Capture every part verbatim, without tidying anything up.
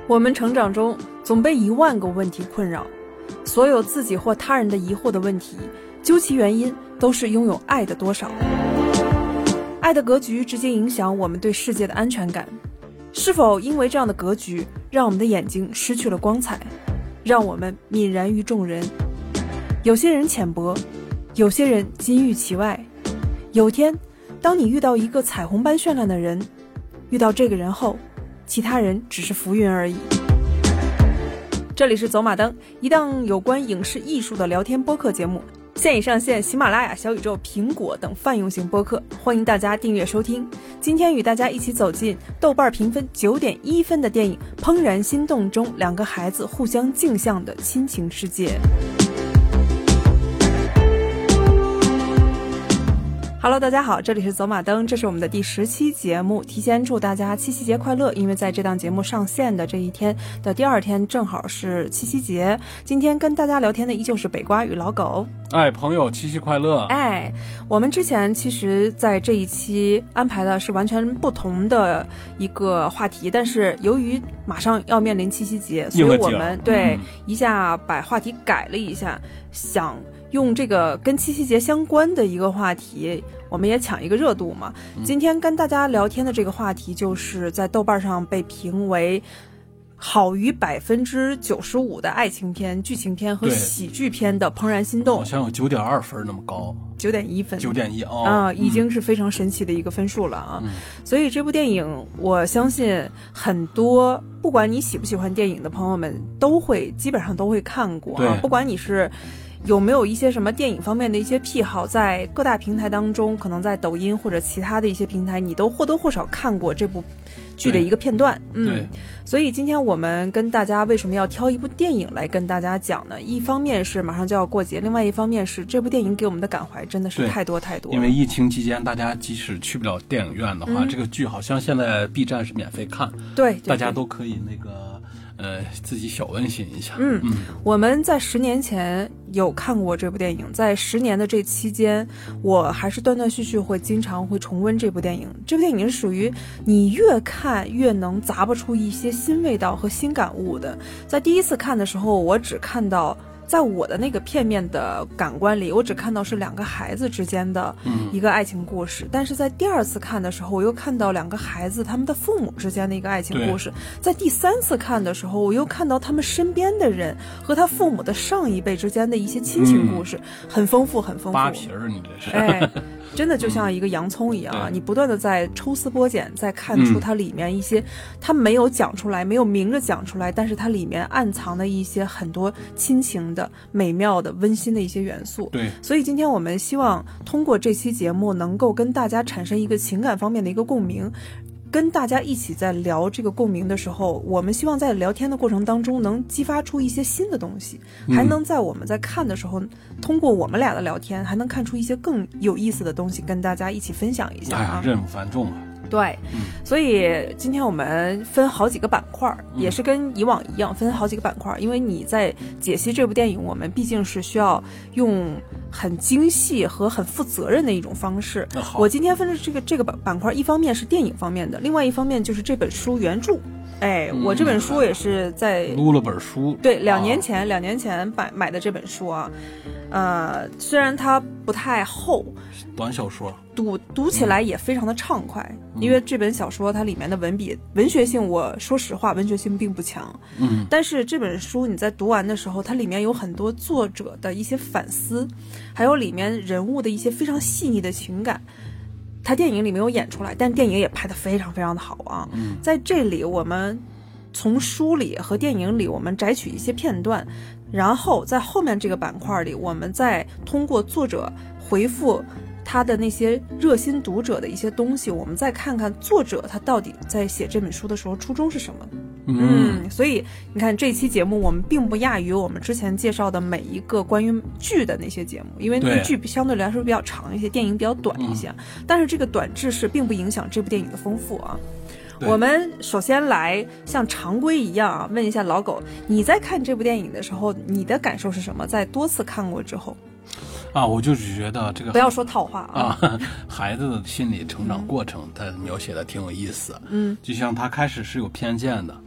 我们成长中总被一万个问题困扰，所有自己或他人的疑惑的问题，究其原因都是拥有爱的多少。爱的格局直接影响我们对世界的安全感，是否因为这样的格局让我们的眼睛失去了光彩，让我们泯然于众人。有些人浅薄，有些人金玉其外。有天当你遇到一个彩虹般绚烂的人，遇到这个人后，其他人只是浮云而已。这里是走马灯，一档有关影视艺术的聊天播客节目，现已上线喜马拉雅、小宇宙、苹果等泛用型播客，欢迎大家订阅收听。今天与大家一起走进豆瓣评分 九点一 分的电影《怦然心动》中两个孩子互相镜像的亲情世界。Hello， 大家好，这里是走马灯，这是我们的第十期节目。提前祝大家七夕节快乐，因为在这档节目上线的这一天的第二天正好是七夕节。今天跟大家聊天的依旧是北瓜与老狗。 哎，朋友，七夕快乐！ 哎，我们之前其实在这一期安排的是完全不同的一个话题，但是由于马上要面临七夕节，所以我们对、嗯、一下把话题改了一下，想用这个跟七夕节相关的一个话题，我们也抢一个热度嘛。今天跟大家聊天的这个话题就是在豆瓣上被评为好于百分之九十五的爱情片、剧情片和喜剧片的《怦然心动》， 好像有九点二分那么高， 九点一分， 九点一哦啊、呃，已经是非常神奇的一个分数了啊！嗯、所以这部电影，我相信很多不管你喜不喜欢电影的朋友们，都会基本上都会看过啊，不管你是有没有一些什么电影方面的一些癖好，在各大平台当中，可能在抖音或者其他的一些平台，你都或多或少看过这部剧的一个片段。嗯，所以今天我们跟大家为什么要挑一部电影来跟大家讲呢？一方面是马上就要过节，另外一方面是这部电影给我们的感怀真的是太多太多了。 因为疫情期间，大家即使去不了电影院的话，嗯、这个剧好像现在 B 站是免费看， 对，对对， 大家都可以那个。呃，自己小温馨一下。 嗯嗯，我们在十年前有看过这部电影，在十年的这期间，我还是断断续续会经常会重温这部电影。这部电影是属于你越看越能咂巴出一些新味道和新感悟的。在第一次看的时候，我只看到，在我的那个片面的感官里，我只看到是两个孩子之间的一个爱情故事、嗯、但是在第二次看的时候，我又看到两个孩子他们的父母之间的一个爱情故事。在第三次看的时候，我又看到他们身边的人和他父母的上一辈之间的一些亲情故事、嗯、很丰富很丰富。 扒皮儿，你这是哎，真的就像一个洋葱一样啊、嗯、你不断的在抽丝剥茧，在看出它里面一些、嗯、它没有讲出来，没有明着讲出来，但是它里面暗藏的一些很多亲情的美妙的温馨的一些元素。 对， 所以今天我们希望通过这期节目能够跟大家产生一个情感方面的一个共鸣，跟大家一起在聊这个共鸣的时候，我们希望在聊天的过程当中能激发出一些新的东西、嗯、还能在我们在看的时候，通过我们俩的聊天还能看出一些更有意思的东西跟大家一起分享一下啊。 哎呀，任务繁重啊。 对、嗯，所以今天我们分好几个板块、嗯，也是跟以往一样分好几个板块。因为你在解析这部电影，我们毕竟是需要用很精细和很负责任的一种方式。我今天分的这个这个板板块，一方面是电影方面的，另外一方面就是这本书原著。哎，我这本书也是在撸了本书， 对，两年前，两、啊、年前买买的这本书啊，呃，虽然它不太厚， 短小说， 读读起来也非常的畅快、嗯，因为这本小说它里面的文笔文学性，我说实话，文学性并不强，嗯，但是这本书你在读完的时候，它里面有很多作者的一些反思，还有里面人物的一些非常细腻的情感。他电影里没有演出来，但电影也拍得非常非常的好啊、嗯、在这里我们从书里和电影里我们摘取一些片段，然后在后面这个板块里，我们再通过作者回复他的那些热心读者的一些东西，我们再看看作者他到底在写这本书的时候初衷是什么。嗯，所以你看这期节目我们并不亚于我们之前介绍的每一个关于剧的那些节目，因为那剧相对来说比较长一些，电影比较短一些、嗯、但是这个短制式并不影响这部电影的丰富啊。我们首先来像常规一样啊，问一下老狗，你在看这部电影的时候你的感受是什么？在多次看过之后啊，我就只觉得这个不要说套话啊， 啊孩子的心理成长过程，他描写的挺有意思。嗯，就像他开始是有偏见的，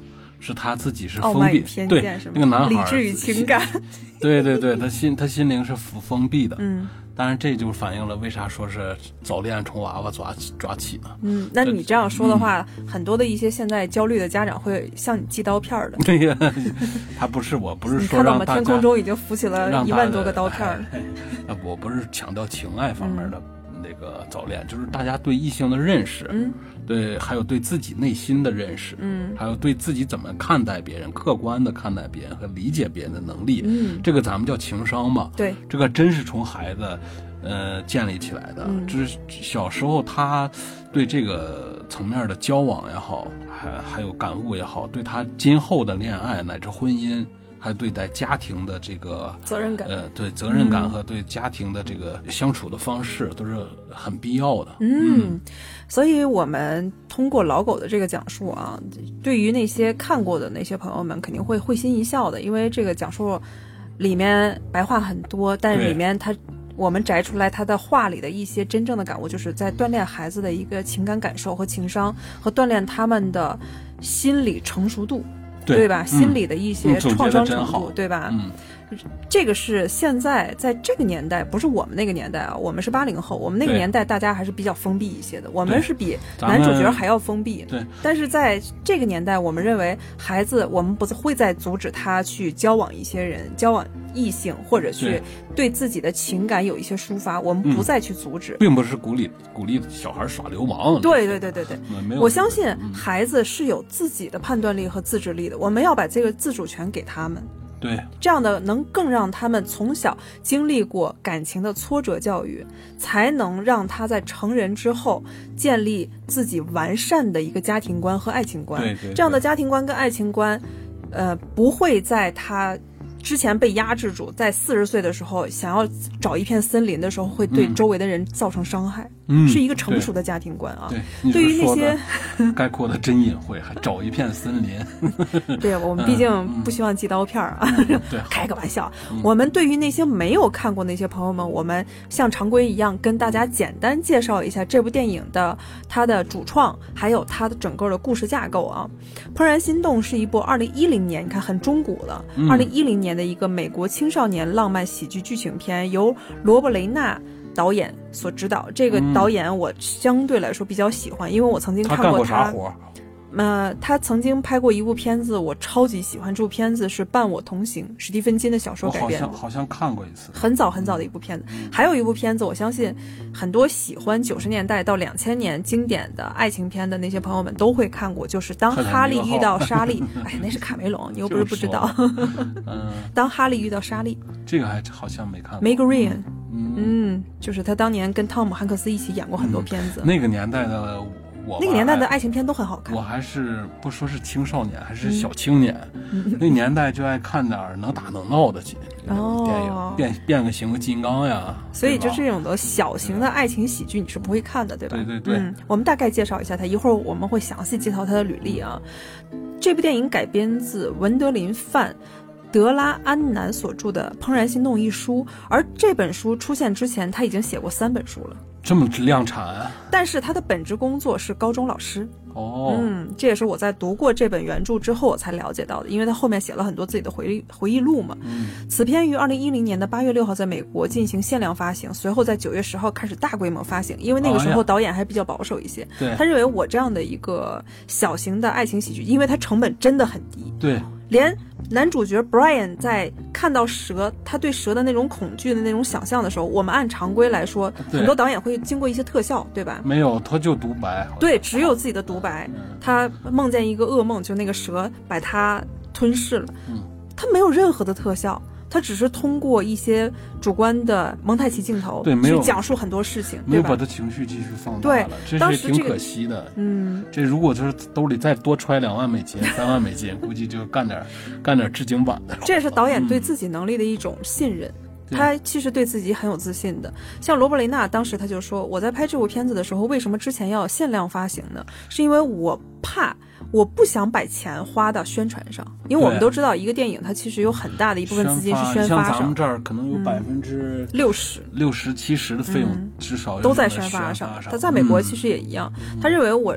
是他自己是傲封闭， 慢与偏对见是吗？ 那个男孩理智与情感， 对对对，他心他心灵是封闭的。 嗯， 当然这就反映了为啥说是早恋从娃娃抓抓起呢？ 嗯，那你这样说的话，嗯、很多的一些现在焦虑的家长会向你寄刀片的。 对呀，他不是我，不是说让大家你看到吗？天空中已经浮起了一万多个刀片了。 啊，我不是强调情爱方面的。嗯那个早恋就是大家对异性的认识， 嗯， 对，还有对自己内心的认识， 嗯， 还有对自己怎么看待别人、客观的看待别人和理解别人的能力， 嗯， 这个咱们叫情商嘛， 对， 这个真是从孩子，呃，建立起来的， 嗯、 就是小时候他对这个层面的交往也好，还还有感悟也好，对他今后的恋爱乃至婚姻。还对待家庭的这个责任感， 呃，对责任感和对家庭的这个相处的方式都是很必要的。 嗯，嗯所以我们通过老狗的这个讲述啊，对于那些看过的那些朋友们肯定会会心一笑的，因为这个讲述里面白话很多，但是里面它我们摘出来他的话里的一些真正的感悟，就是在锻炼孩子的一个情感感受和情商，和锻炼他们的心理成熟度。 对, 对吧？ 嗯、 心理的一些创伤程度， 嗯、 对吧？ 嗯， 这个是现在在这个年代，不是我们那个年代啊，我们是八零后，我们那个年代大家还是比较封闭一些的，我们是比男主角还要封闭。 对， 但是在这个年代，我们认为孩子，我们不会再阻止他去交往一些人，交往异性，或者去对自己的情感有一些抒发，我们不再去阻止， 嗯、并不是鼓励鼓励小孩耍流氓。 对对对对对， 嗯、 我相信孩子是有自己的判断力和自制力的。我们要把这个自主权给他们， 对， 这样的能更让他们从小经历过感情的挫折教育，才能让他在成人之后建立自己完善的一个家庭观和爱情观。 对对对， 这样的家庭观跟爱情观，呃，不会在他之前被压制住，在四十岁的时候想要找一片森林的时候，会对周围的人造成伤害。 嗯， 是一个成熟的家庭观啊。 对， 对于那些概括的真隐晦，还找一片森林。 对，我们毕竟不希望寄刀片啊。 嗯、对， 开个玩笑。嗯、我们对于那些没有看过那些朋友们，我们像常规一样跟大家简单介绍一下这部电影的它的主创，还有它的整个的故事架构啊。《怦然心动》是一部二零一零年，你看很中古了，二零一零年的一个美国青少年浪漫喜剧剧情片，由罗伯雷纳导演所指导。这个导演我相对来说比较喜欢，嗯、因为我曾经看过他。 他干过啥活？ 呃，他曾经拍过一部片子，我超级喜欢。这部片子是《伴我同行》，史蒂芬金的小说改编的。 我好像好像看过一次， 很早很早的一部片子。嗯、还有一部片子，我相信很多喜欢九十年代到两千年经典的爱情片的那些朋友们都会看过，就是当哈利遇到莎莉。哎，那是卡梅隆，你又不是不知道。 嗯， 当哈利遇到莎莉， 这个还好像没看过。 Meg Ryan， 嗯, 嗯，就是他当年跟汤姆汉克斯一起演过很多片子。 嗯、那个年代的。我那个年代的爱情片都很好看。 我还是不说是青少年，还是小青年，嗯、那年代就爱看点能打能闹的哦电影，变变个形金刚呀。 所以就这种的小型的爱情喜剧你是不会看的，对吧？ 对对对。 嗯，我们大概介绍一下它，一会儿我们会详细介绍它的履历啊。这部电影改编自文德林范德拉安南所著的《怦然心动》一书，而这本书出现之前，他已经写过三本书了。 这么量产啊！ 但是他的本职工作是高中老师。 哦， 嗯，这也是我在读过这本原著之后我才了解到的，因为他后面写了很多自己的回忆回忆录嘛。 嗯， 此片于二零一零年的八月六号在美国进行限量发行，随后在九月十号开始大规模发行。因为那个时候导演还比较保守一些， 对、哦， 他认为我这样的一个小型的爱情喜剧，因为它成本真的很低， 对， 连男主角 Brian 在看到蛇，他对蛇的那种恐惧的那种想象的时候，我们按常规来说，很多导演会经过一些特效，对吧？ 没有，他就独白。 对，只有自己的独白。他梦见一个噩梦，就那个蛇把他吞噬了。 嗯， 他没有任何的特效。他只是通过一些主观的蒙太奇镜头， 对，没有去讲述很多事情， 没有把他情绪继续放大了， 对， 这是挺可惜的。 这个、嗯， 这如果就是兜里再多揣两万美金、三万美金，估计就干点干点致敬版的。 这也是导演对自己能力的一种信任。嗯，他其实对自己很有自信的。像罗伯雷纳当时他就说，我在拍这部片子的时候，为什么之前要限量发行呢？是因为我怕我不想把钱花到宣传上，因为我们都知道一个电影它其实有很大的一部分资金是宣发上， 像咱们这儿可能有百分之六十、 六十七十的费用，嗯、至少都在宣发上。他在美国其实也一样，嗯、他认为我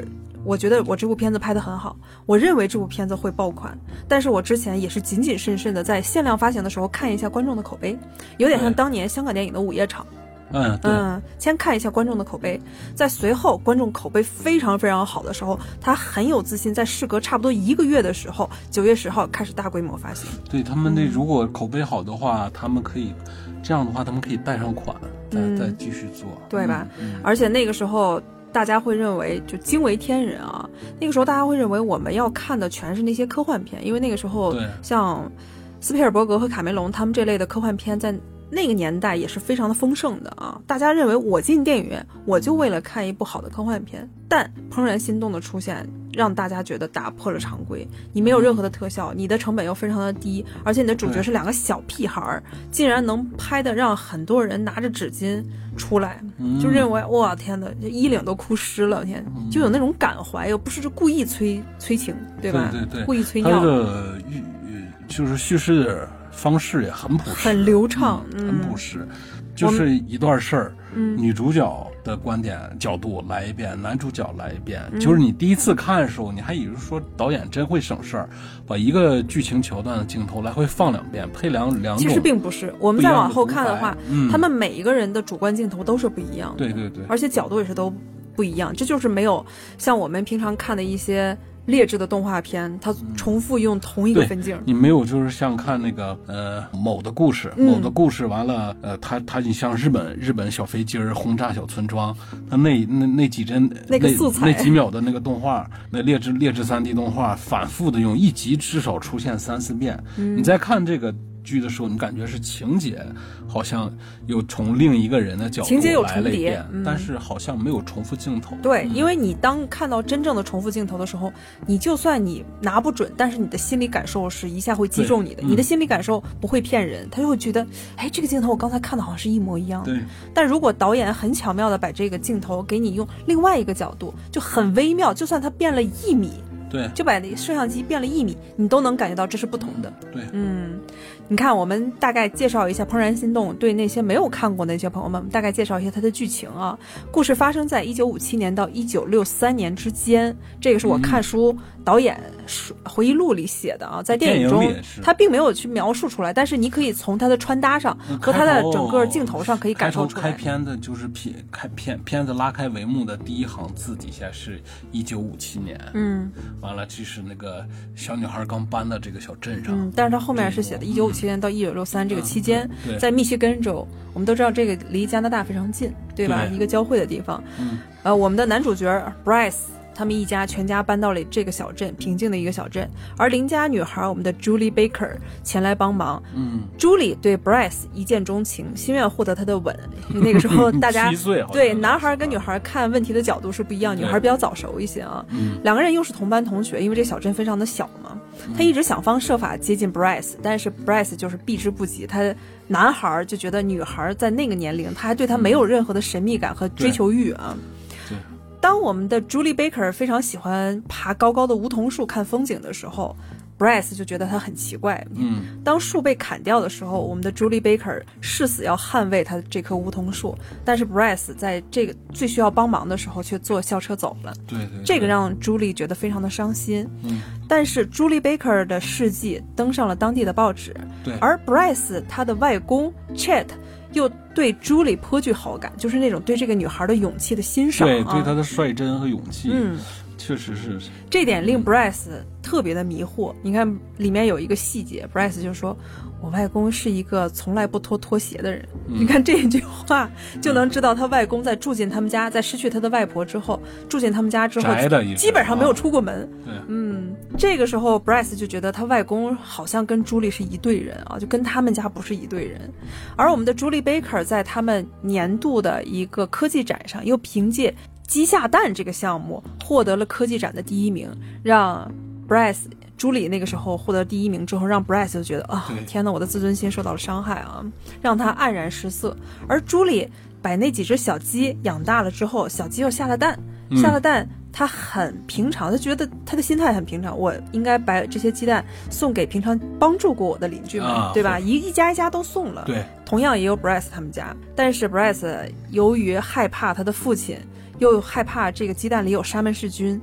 我觉得我这部片子拍得很好，我认为这部片子会爆款，但是我之前也是谨谨慎慎的在限量发行的时候看一下观众的口碑，有点像当年香港电影的午夜场。 嗯嗯，先看一下观众的口碑，在随后观众口碑非常非常好的时候，他很有自信，在事隔差不多一个月的时候，九月十号开始大规模发行。 对他们那如果口碑好的话，他们可以这样的话，他们可以带上款，再、嗯、再继续做， 对吧？ 嗯嗯、 而且那个时候大家会认为就惊为天人啊，那个时候大家会认为我们要看的全是那些科幻片，因为那个时候像斯皮尔伯格和卡梅隆他们这类的科幻片在那个年代也是非常的丰盛的啊！大家认为我进电影院我就为了看一部好的科幻片，但怦然心动的出现让大家觉得打破了常规，你没有任何的特效，你的成本又非常的低，而且你的主角是两个小屁孩，竟然能拍的让很多人拿着纸巾出来，就认为哇天哪，衣领都哭湿了，天，就有那种感怀，又不是故意催催情，对吧？ 对对对， 故意催尿。 他的就是叙事方式也很朴实， 很流畅， 嗯、很朴实，就是一段事儿，嗯、女主角的观点角度来一遍，男主角来一遍，嗯、就是你第一次看的时候，你还以为说导演真会省事儿，把一个剧情桥段的镜头来回放两遍，配两两种。 其实并不是，我们再往后看的话， 嗯、 他们每一个人的主观镜头都是不一样的， 对对对， 而且角度也是都不一样，这就是没有像我们平常看的一些劣质的动画片，它重复用同一个分镜， 你没有就是像看那个呃某的故事， 嗯、 某的故事完了，呃，他他你像日本日本小飞机轰炸小村庄，他那那那几帧那个素材那几秒的那个动画，那劣质劣质 三 D 动画，反复的用，一集至少出现三四遍， 嗯、 你再看这个剧的时候，你感觉是情节好像又从另一个人的角度来了一遍， 嗯、 但是好像没有重复镜头。 对，因为你当看到真正的重复镜头的时候，你就算你拿不准，但是你的心理感受是一下会击中你的， 嗯、 你的心理感受不会骗人，他就会觉得，哎，这个镜头我刚才看的好像是一模一样的。 对。 但如果导演很巧妙的把这个镜头给你用另外一个角度，就很微妙，就算它变了一米。 对， 就把摄像机变了一米，你都能感觉到这是不同的。 对， 嗯，你看，我们大概介绍一下《怦然心动》，对那些没有看过的那些朋友们，大概介绍一下它的剧情啊。故事发生在一九五七年到一九六三年之间，这个是我看书、嗯、导演回忆录里写的啊，在电影中他并没有去描述出来，但是你可以从他的穿搭上和他的整个镜头上可以感受出来。 开篇的就是片开片片子拉开帷幕的第一行字底下是一九五七年， 嗯。 完了，这是那个小女孩刚搬到这个小镇上， 嗯，但是他后面是写的一九五七年到一九六三这个期间， 嗯、 在密歇根州，我们都知道这个离加拿大非常近，对吧？ 对， 一个交汇的地方。 嗯， 呃，我们的男主角 Bryce。他们一家全家搬到了这个小镇，平静的一个小镇，而邻家女孩我们的 Julie Baker 前来帮忙。 嗯 ，Julie 对 Bryce 一见钟情，心愿获得他的吻。那个时候大家对男孩跟女孩看问题的角度是不一样，女孩比较早熟一些啊。 嗯， 两个人又是同班同学，因为这小镇非常的小嘛，他一直想方设法接近 Bryce， 但是 Bryce 就是避之不及。他男孩就觉得女孩在那个年龄，他还对他没有任何的神秘感和追求欲啊。 对。 当我们的 Julie Baker 非常喜欢爬高高的梧桐树看风景的时候， Bryce 就觉得他很奇怪。 嗯， 当树被砍掉的时候，我们的 Julie Baker 誓死要捍卫他这棵梧桐树，但是 Bryce 在这个最需要帮忙的时候却坐校车走了。 对 对, 对， 这个让 Julie 觉得非常的伤心。 嗯， 但是 Julie Baker 的事迹登上了当地的报纸。 对， 而 Bryce 他的外公 Chet又对 Julie 颇具好感，就是那种对这个女孩的勇气的欣赏、啊， 对，对她的率真和勇气， 嗯， 确实是。 这点令 Bryce 特别的迷惑。你看里面有一个细节 ，Bryce 就说：“我外公是一个从来不脱拖鞋的人。嗯”你看这一句话就能知道他外公在住进他们家，在失去他的外婆之后，住进他们家之后，基本上没有出过门。 对， 嗯，这个时候 Bryce 就觉得他外公好像跟朱莉是一对人啊，就跟他们家不是一对人。而我们的 Julie Baker 在他们年度的一个科技展上，又凭借鸡下蛋这个项目获得了科技展的第一名，让 Bryce 朱莉那个时候获得第一名之后，让 Bryce 就觉得啊，天哪，我的自尊心受到了伤害啊，让他黯然失色。而朱莉把那几只小鸡养大了之后，小鸡又下了蛋，下了蛋。嗯，他很平常，他觉得他的心态很平常，我应该把这些鸡蛋送给平常帮助过我的邻居们，啊、对吧？一一家一家都送了。 对， 同样也有 Bryce 他们家，但是 Bryce 由于害怕他的父亲，又害怕这个鸡蛋里有沙门氏菌，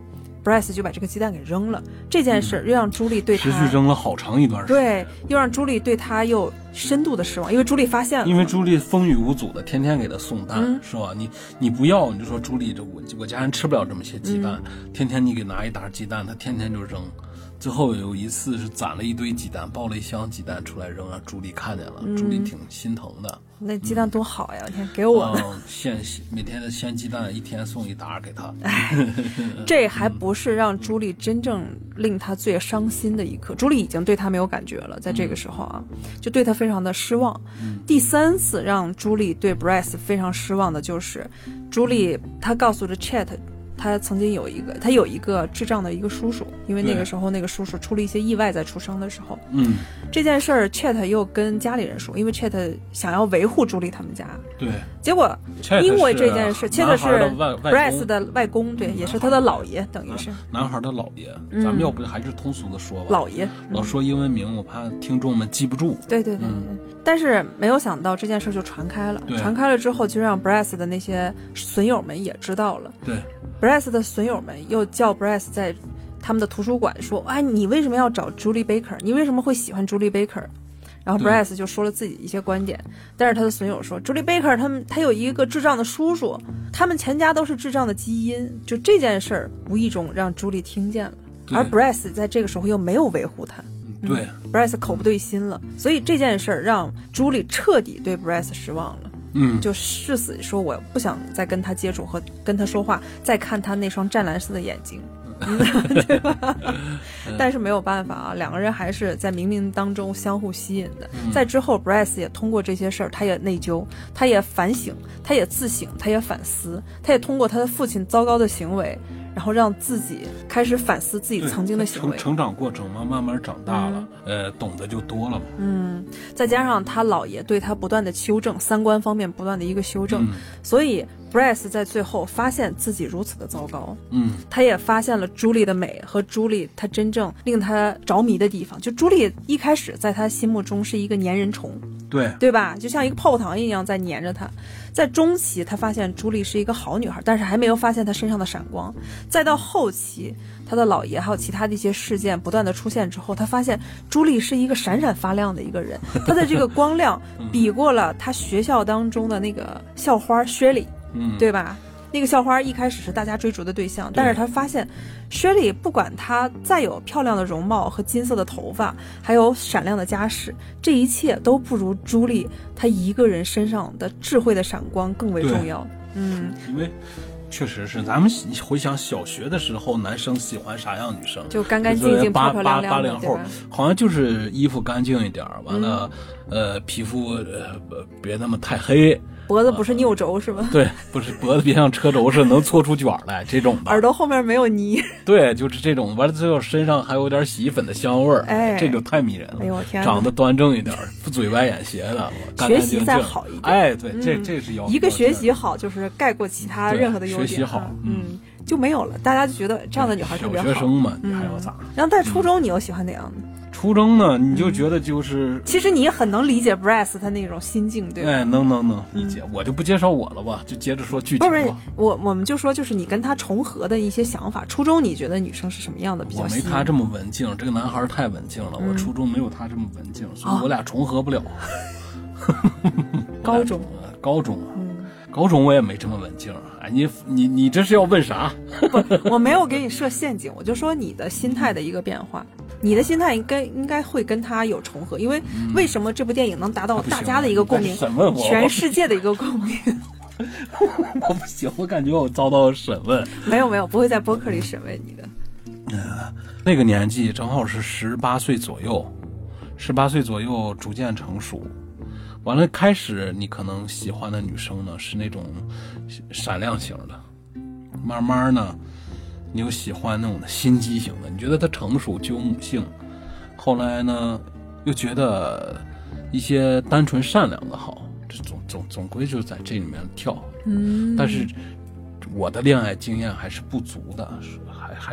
Bryce 就把这个鸡蛋给扔了。这件事又让朱莉对他、 嗯、持续扔了好长一段时间， 对，又让朱莉对他又深度的失望，因为朱莉发现了， 因为朱莉风雨无阻的天天给他送蛋、 嗯、 是吧？你你不要，你就说朱莉这我我家人吃不了这么些鸡蛋、嗯，天天你给拿一打鸡蛋，他天天就扔。最后有一次是攒了一堆鸡蛋，抱了一箱鸡蛋出来扔，让朱莉看见了，嗯、朱莉挺心疼的。 那鸡蛋多好呀！我、嗯、天，给我的、 嗯、鲜每天的鲜鸡蛋，一天送一打给他。 这还不是让朱莉真正令他最伤心的一刻。朱莉已经对他没有感觉了，在这个时候啊，嗯、就对他非常的失望、嗯。第三次让朱莉对 Bryce 非常失望的就是，朱莉她告诉着 Chet。他曾经有一个，他有一个智障的一个叔叔，因为那个时候那个叔叔出了一些意外，在出生的时候， 嗯， 这件事儿 Chet 又跟家里人说，因为 Chet 想要维护朱莉他们家， 对， 结果因为这件事 ，Chet 是 Bryce 的外公，对，也是他的姥爷，等于是男孩的姥爷。咱们要不还是通俗的说吧， 姥爷， 老说英文名，我怕听众们记不住。 对对对对对。嗯，但是没有想到这件事就传开了，传开了之后，就让 Bryce 的那些损友们也知道了。 对。 Bryce 的损友们又叫 Bryce 在他们的图书馆说：“哎，你为什么要找 Julie Baker？ 你为什么会喜欢 Julie Baker？” 然后 Bryce 就说了自己一些观点，但是他的损友说 Julie Baker 他们他有一个智障的叔叔，他们全家都是智障的基因。就这件事儿无意中让 Julie 听见了，而 Bryce 在这个时候又没有维护他。 对、 嗯、，Bryce 口不对心了，所以这件事儿让 Julie 彻底对 Bryce 失望了。 嗯， 就誓死说我不想再跟他接触和跟他说话，再看他那双湛蓝色的眼睛，对吧？但是没有办法啊，两个人还是在冥冥当中相互吸引的。 嗯、 在之后 ，Bryce 也通过这些事儿，他也内疚，他也反省，他也自省，他也反思，他也通过他的父亲糟糕的行为。然后让自己开始反思自己曾经的行为， 成长过程嘛，慢慢长大了，嗯、呃，懂得就多了嘛。 嗯，再加上他姥爷对他不断的修正，三观方面不断的一个修正， 嗯、 所以 Bryce 在最后发现自己如此的糟糕。 嗯， 他也发现了朱莉的美和朱莉他真正令他着迷的地方。就朱莉一开始在他心目中是一个粘人虫， 对对吧？就像一个泡泡糖一样在粘着他。在中期，他发现朱莉是一个好女孩，但是还没有发现她身上的闪光。再到后期，他的姥爷还有其他的一些事件不断的出现之后，他发现朱莉是一个闪闪发亮的一个人，她的这个光亮比过了他学校当中的那个校花薛莉， 嗯， 对吧？那个校花一开始是大家追逐的对象，但是他发现薛莉不管她再有漂亮的容貌和金色的头发，还有闪亮的家世，这一切都不如朱莉她一个人身上的智慧的闪光更为重要。嗯， 因为确实是咱们回想小学的时候，男生喜欢啥样女生？ 就干干净净、漂漂亮亮的， 八零后好像就是衣服干净一点，完了，嗯、呃，皮肤呃别那么太黑。 脖子不是拗轴、呃、是吧？ 对，不是脖子别像车轴似的能搓出卷来这种的。 耳朵后面没有泥。对， 就是这种。完了最后身上还有点洗衣粉的香味儿， 哎， 这就太迷人了。 哎呦我天！ 长得端正一点，不嘴歪眼斜的，干干净净学习再好一点。 哎，对，这、 嗯、 这是要一个学习好，就是盖过其他任何的优点。 学习好， 嗯。嗯就没有了，大家就觉得这样的女孩特别好。 小学生嘛，你还要咋？ 嗯、然后在初中，你又喜欢哪样的？ 初中呢，你就觉得就是， 嗯、其实你也很能理解 Bryce 他那种心境，对吧？ 哎，能能能理解、嗯。我就不介绍我了吧，就接着说具体。 不是我，我们就说就是你跟他重合的一些想法。初中你觉得女生是什么样的比较？ 我没他这么文静，这个男孩太文静了。嗯、我初中没有他这么文静，所以我俩重合不了。 哦、高中， 高中啊。嗯高中我也没这么稳静啊！你你你这是要问啥？ 不，我没有给你设陷阱，我就说你的心态的一个变化，你的心态应该应该会跟他有重合，因为为什么这部电影能达到大家的一个共鸣， 嗯、 全世界的一个共鸣？ 我不行，我感觉我遭到审问。 没有没有，不会在播客里审问你的。 呃，那个年纪正好是十八岁左右，十八岁左右逐渐成熟。完了，开始你可能喜欢的女生呢是那种闪亮型的，慢慢呢，你又喜欢那种的心机型的，你觉得她成熟具有母性，后来呢，又觉得一些单纯善良的好，这总总总归就在这里面跳。 嗯， 但是我的恋爱经验还是不足的，还还是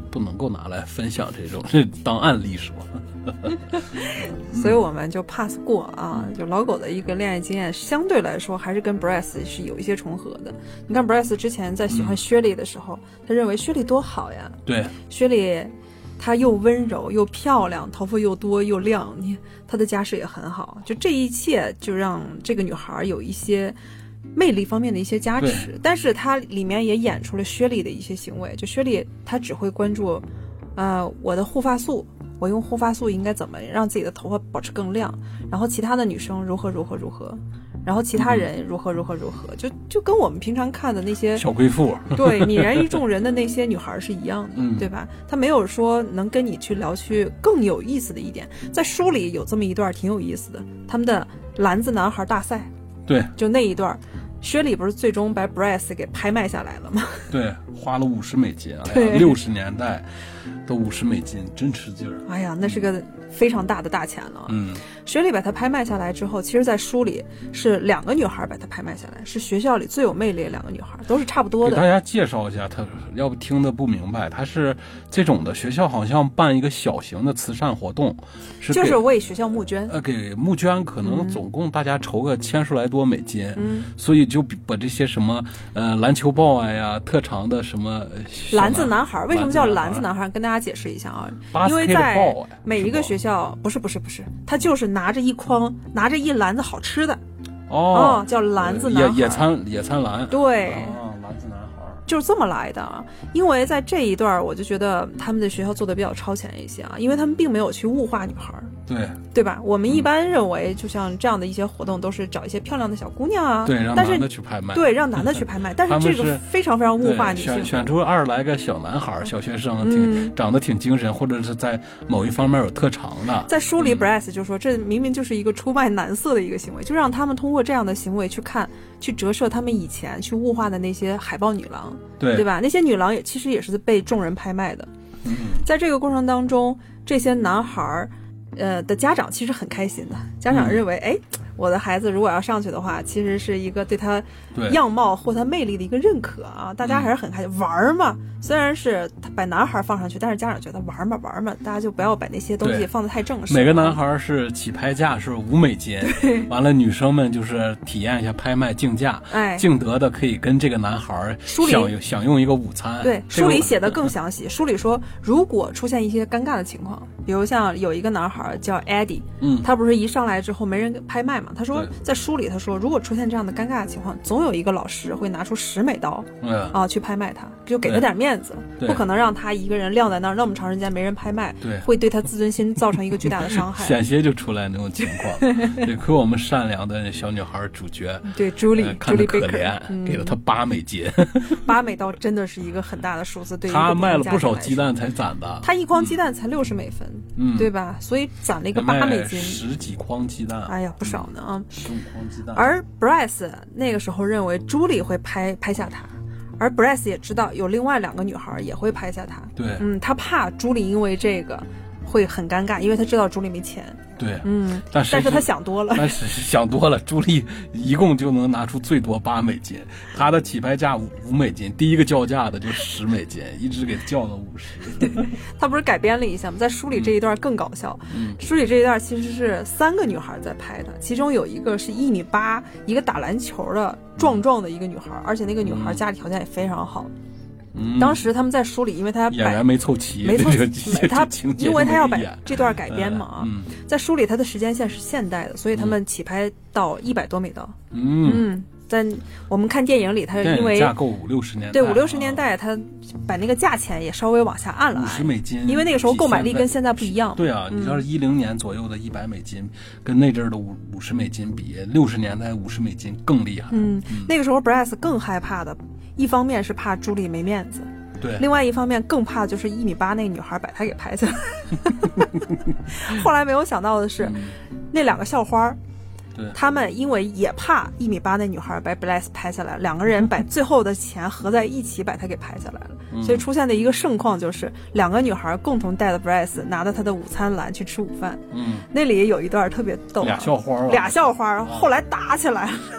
不能够拿来分享这种这当案例说。 所以我们就 pass 过啊，就老狗的一个恋爱经验相对来说还是跟 Bryce 是有一些重合的。你看 Bryce 之前在喜欢薛莉的时候、嗯、他认为薛莉多好呀， 对， 薛莉她又温柔又漂亮，头发又多又亮，你她的家世也很好，就这一切就让这个女孩有一些魅力方面的一些加持。但是她里面也演出了薛莉的一些行为，就薛莉她只会关注呃我的护发素，我用护发素应该怎么让自己的头发保持更亮，然后其他的女生如何如何如何，然后其他人如何如何如何，就就跟我们平常看的那些小贵妇， 对，泯然于众人的那些女孩是一样的、嗯、对吧？她没有说能跟你去聊去更有意思的一点。在书里有这么一段挺有意思的，他们的篮子男孩大赛， 对， 就那一段薛莉不是最终把 Bryce 给拍卖下来了吗？ 对，花了五十美金啊，六十年代都五十美金，真吃劲儿。 哎呀，那是个非常大的大钱了。 嗯， 薛莉把它拍卖下来之后，其实在书里是两个女孩把它拍卖下来，是学校里最有魅力的两个女孩，都是差不多的。 给大家介绍一下，他要不听得不明白，他是这种的学校好像办一个小型的慈善活动，是就是为学校募捐， 呃，给募捐，可能总共大家筹个千十来多美金， 嗯， 所以就把这些什么呃篮球报啊呀、特长的什么篮子男孩，为什么叫篮子男孩？跟大家解释一下啊，因为在每一个学校，不是不是不是，他就是拿着一筐，拿着一篮子好吃的， 哦， 哦叫篮子男孩， 野野餐野餐篮， 对。 哦，篮子男孩就是这么来的啊！因为在这一段，我就觉得他们的学校做的比较超前一些啊，因为他们并没有去物化女孩， 对对吧？我们一般认为，就像这样的一些活动，都是找一些漂亮的小姑娘啊， 对，让男的去拍卖， 对，让男的去拍卖。但是这个非常非常物化女性， 选选出二十来个小男孩、小学生，挺、嗯、长得挺精神，或者是在某一方面有特长的。 在书里 ，Bryce 就说，这明明就是一个出卖男色的一个行为，就让他们通过这样的行为去看。去折射他们以前去物化的那些海豹女郎， 对对吧？那些女郎也其实也是被众人拍卖的。 嗯， 在这个过程当中，这些男孩呃的家长其实很开心的，家长认为，哎、嗯，我的孩子如果要上去的话，其实是一个对他样貌或他魅力的一个认可啊，大家还是很开心、嗯、玩嘛。虽然是把男孩放上去，但是家长觉得玩嘛玩嘛，大家就不要把那些东西放得太正式。 每个男孩是起拍价是五美金，完了女生们就是体验一下拍卖竞价， 哎， 竞得的可以跟这个男孩享享用一个午餐。 对，书里写的更详细。书里说，如果出现一些尴尬的情况，比如像有一个男孩叫 Eddie， 嗯， 他不是一上来之后没人拍卖嘛？他说在书里他说，如果出现这样的尴尬的情况，总有一个老师会拿出十美刀， 嗯啊去拍卖他，就给他点面。不可能让他一个人晾在那儿那么长时间没人拍卖， 对， 会对他自尊心造成一个巨大的伤害。 险些就出来那种情况。对，可我们善良的小女孩主角， 对朱莉， 呃、看着可怜， 嗯、 给了他八美金。 八美刀真的是一个很大的数字，对于他卖了不少鸡蛋才攒的。 他一筐鸡蛋才六十美分， 嗯， 对吧？所以攒了一个八美金， 十几筐鸡蛋， 哎呀，不少呢啊！ 十五筐鸡蛋。 而 Bryce 那个时候认为朱莉会拍拍下他。而 Bryce 也知道有另外两个女孩也会拍下他， 对， 嗯，他怕朱莉因为这个会很尴尬，因为他知道朱莉没钱， 对， 嗯， 但是但是他想多了， 但是想多了，朱莉一共就能拿出最多八美金，他的起拍价五五美金，第一个叫价的就十美金，一直给叫到五十。 他不是改编了一下吗？在书里这一段更搞笑， 嗯， 书里这一段其实是三个女孩在拍的，其中有一个是一米八，一个打篮球的壮壮的一个女孩，而且那个女孩家里条件也非常好。 嗯， 当时他们在书里，因为他演员没凑齐， 没凑齐，他因为他要把这段改编嘛啊、 嗯， 在书里他的时间线是现代的，所以他们起拍到一百多美刀。 嗯嗯，在我们看电影里，他因为架构五六十年代， 对五六十年代，他把那个价钱也稍微往下按了按， 五十美金， 因为那个时候购买力跟现在不一样。 对啊，你知道一零年左右的一百美金，跟那阵儿的五五十美金比，六十年代五十美金更厉害。 嗯，嗯那个时候 Bryce 更害怕的，一方面是怕朱莉没面子。 对， 另外一方面更怕就是一米八那个女孩把他给拍下来。后来没有想到的是，嗯、那两个校花， 对， 他们因为也怕一米八那女孩把 Bryce 拍下来，两个人把最后的钱合在一起把他给拍下来了。嗯、所以出现的一个盛况就是两个女孩共同带着 Bryce 拿着他的午餐篮去吃午饭。 嗯， 那里有一段特别逗， 俩校花， 俩校花，后来打起来了。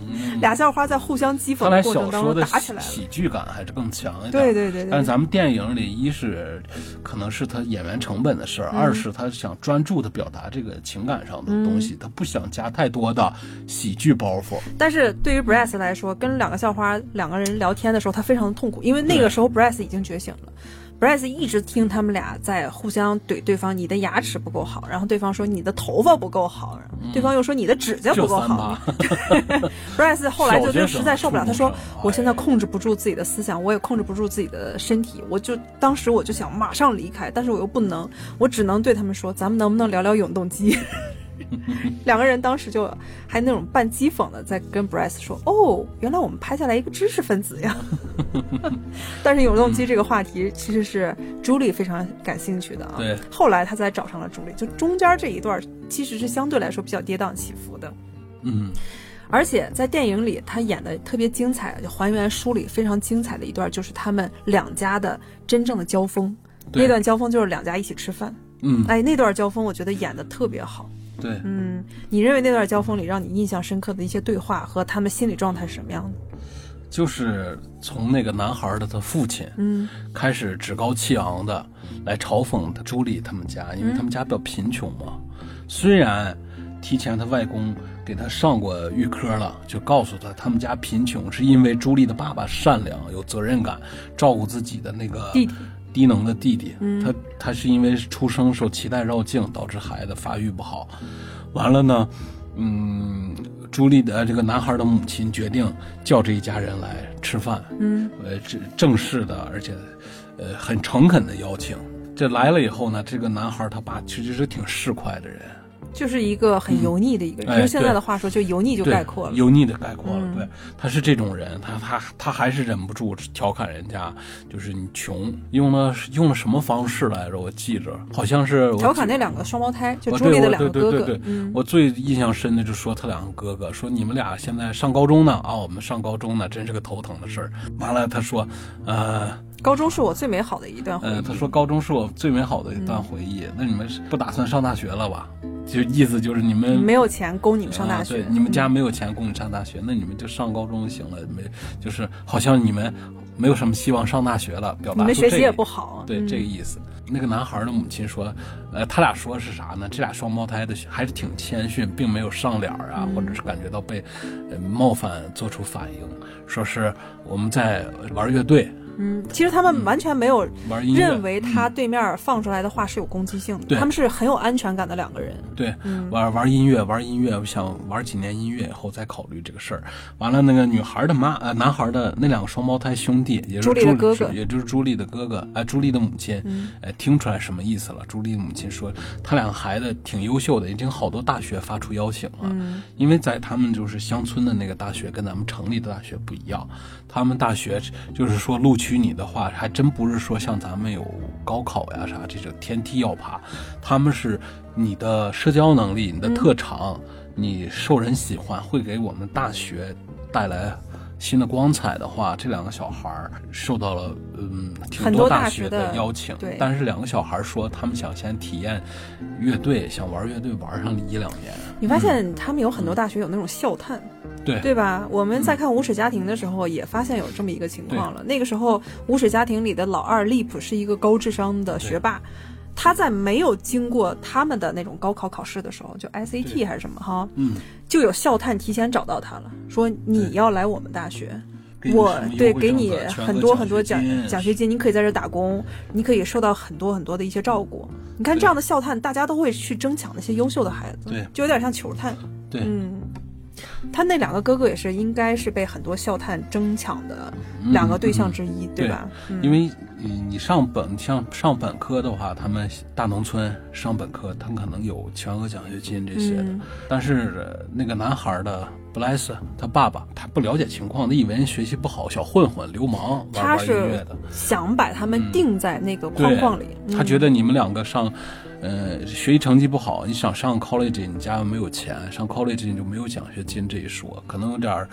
嗯、 俩校花在互相讥讽的过程当中打起来了， 喜剧感还是更强一点。 对对 对, 对但咱们电影里，一是可能是他演员成本的事儿、嗯，二是他想专注的表达这个情感上的东西，嗯、他不想加太多的喜剧包袱。 但是对于 Bryce 来说，跟两个校花两个人聊天的时候，他非常的痛苦，因为那个时候 Bryce 已经觉醒了。Bryce 一直听他们俩在互相怼对方，你的牙齿不够好，然后对方说你的头发不够好，嗯、对方又说你的指甲不够好。Bryce 后来就就实在受不了，他说我现在控制不住自己的思想，我也控制不住自己的身体，我就当时我就想马上离开，但是我又不能，我只能对他们说，咱们能不能聊聊永动机？两个人当时就还那种半讥讽的在跟 Bryce 说，哦，原来我们拍下来一个知识分子呀。但是永动机这个话题其实是 Julie 非常感兴趣的啊。 对， 后来他才找上了 Julie， 就中间这一段其实是相对来说比较跌宕起伏的。 嗯， 而且在电影里他演的特别精彩，就还原书里非常精彩的一段，就是他们两家的真正的交锋。那段交锋就是两家一起吃饭。 嗯， 哎，那段交锋我觉得演的特别好。 对， 嗯，你认为那段交锋里让你印象深刻的一些对话和他们心理状态是什么样的？ 就是从那个男孩的他父亲， 嗯， 开始趾高气昂的来嘲讽他朱莉他们家，因为他们家比较贫穷嘛。嗯、虽然提前他外公给他上过预科了，就告诉他他们家贫穷是因为朱莉的爸爸善良有责任感，照顾自己的那个弟弟。 低能的弟弟， 嗯、 他他是因为出生受脐带绕颈导致孩子发育不好，完了呢，嗯，朱莉的这个男孩的母亲决定叫这一家人来吃饭， 嗯， 呃，正式的，而且呃很诚恳的邀请。这来了以后呢，这个男孩他爸其实是挺市侩的人。 就是一个很油腻的一个人，用、嗯、现在的话说，就油腻就概括了， 油腻的概括了。 嗯、 对，他是这种人，他他他还是忍不住调侃人家，就是你穷，用了用了什么方式来着？我记着，好像是调侃那两个双胞胎，就朱莉的两个哥哥。 对对对对，嗯、我最印象深的就是说他两个哥哥，说你们俩现在上高中呢啊，我们上高中呢，真是个头疼的事儿。完了，他说，呃。 高中是我最美好的一段回忆。 呃，他说高中是我最美好的一段回忆。嗯、那你们不打算上大学了吧？就意思就是你们没有钱供你们上大学， 啊、对，你们家没有钱供你上大学，嗯、那你们就上高中就行了。没，就是好像你们没有什么希望上大学了，表达你们学习也不好。 对， 嗯、 这个意思。那个男孩的母亲说，呃，他俩说是啥呢？这俩双胞胎的还是挺谦逊，并没有上脸啊， 嗯、 或者是感觉到被、呃、冒犯做出反应，说是我们在玩乐队。 嗯，其实他们完全没有认为他对面放出来的话是有攻击性的， 嗯、 他们是很有安全感的两个人。 对， 嗯、 玩玩音乐，玩音乐，我想玩几年音乐以后再考虑这个事儿。完了，那个女孩的妈，呃，男孩的那两个双胞胎兄弟，也是朱莉的哥哥， 也就是朱莉的哥哥，哎、呃，朱莉的母亲， 嗯、 呃，听出来什么意思了？朱莉的母亲说，他两个孩子挺优秀的，已经好多大学发出邀请了， 嗯、 因为在他们就是乡村的那个大学跟咱们城里的大学不一样，他们大学就是说录取你的话还。还真不是说像咱们有高考呀啥这种天梯要爬，他们是你的社交能力、你的特长、嗯、你受人喜欢，会给我们大学带来新的光彩的话，这两个小孩受到了嗯挺多大学的邀请， 对， 但是两个小孩说他们想先体验乐队，想玩乐队玩上一两年。 你发现他们有很多大学有那种校探。 嗯对对吧？我们在看无耻家庭的时候也发现有这么一个情况了。那个时候无耻家庭里的老二利普是一个高智商的学霸，他在没有经过他们的那种高考考试的时候，就 S A T 还是什么哈， 嗯， 就有校探提前找到他了，说你要来我们大学，我对给你很多很多奖奖学金，你可以在这打工，你可以受到很多很多的一些照顾。你看这样的校探，大家都会去争抢那些优秀的孩子， 对， 就有点像球探， 对， 嗯。他那两个哥哥也是应该是被很多校探争抢的两个对象之一， 嗯、 对吧？ 对，因为你上本像上本科的话，他们大农村上本科，他们可能有全额奖学金这些的。 嗯、 但是那个男孩的布莱斯，他爸爸他不了解情况，他以为学习不好，小混混、流氓，玩玩音乐的， 想把他们定在那个框框里。 嗯、他觉得你们两个上。呃，学习成绩不好，你想上 college， 你家没有钱，上 college 你就没有奖学金这一说，可能有点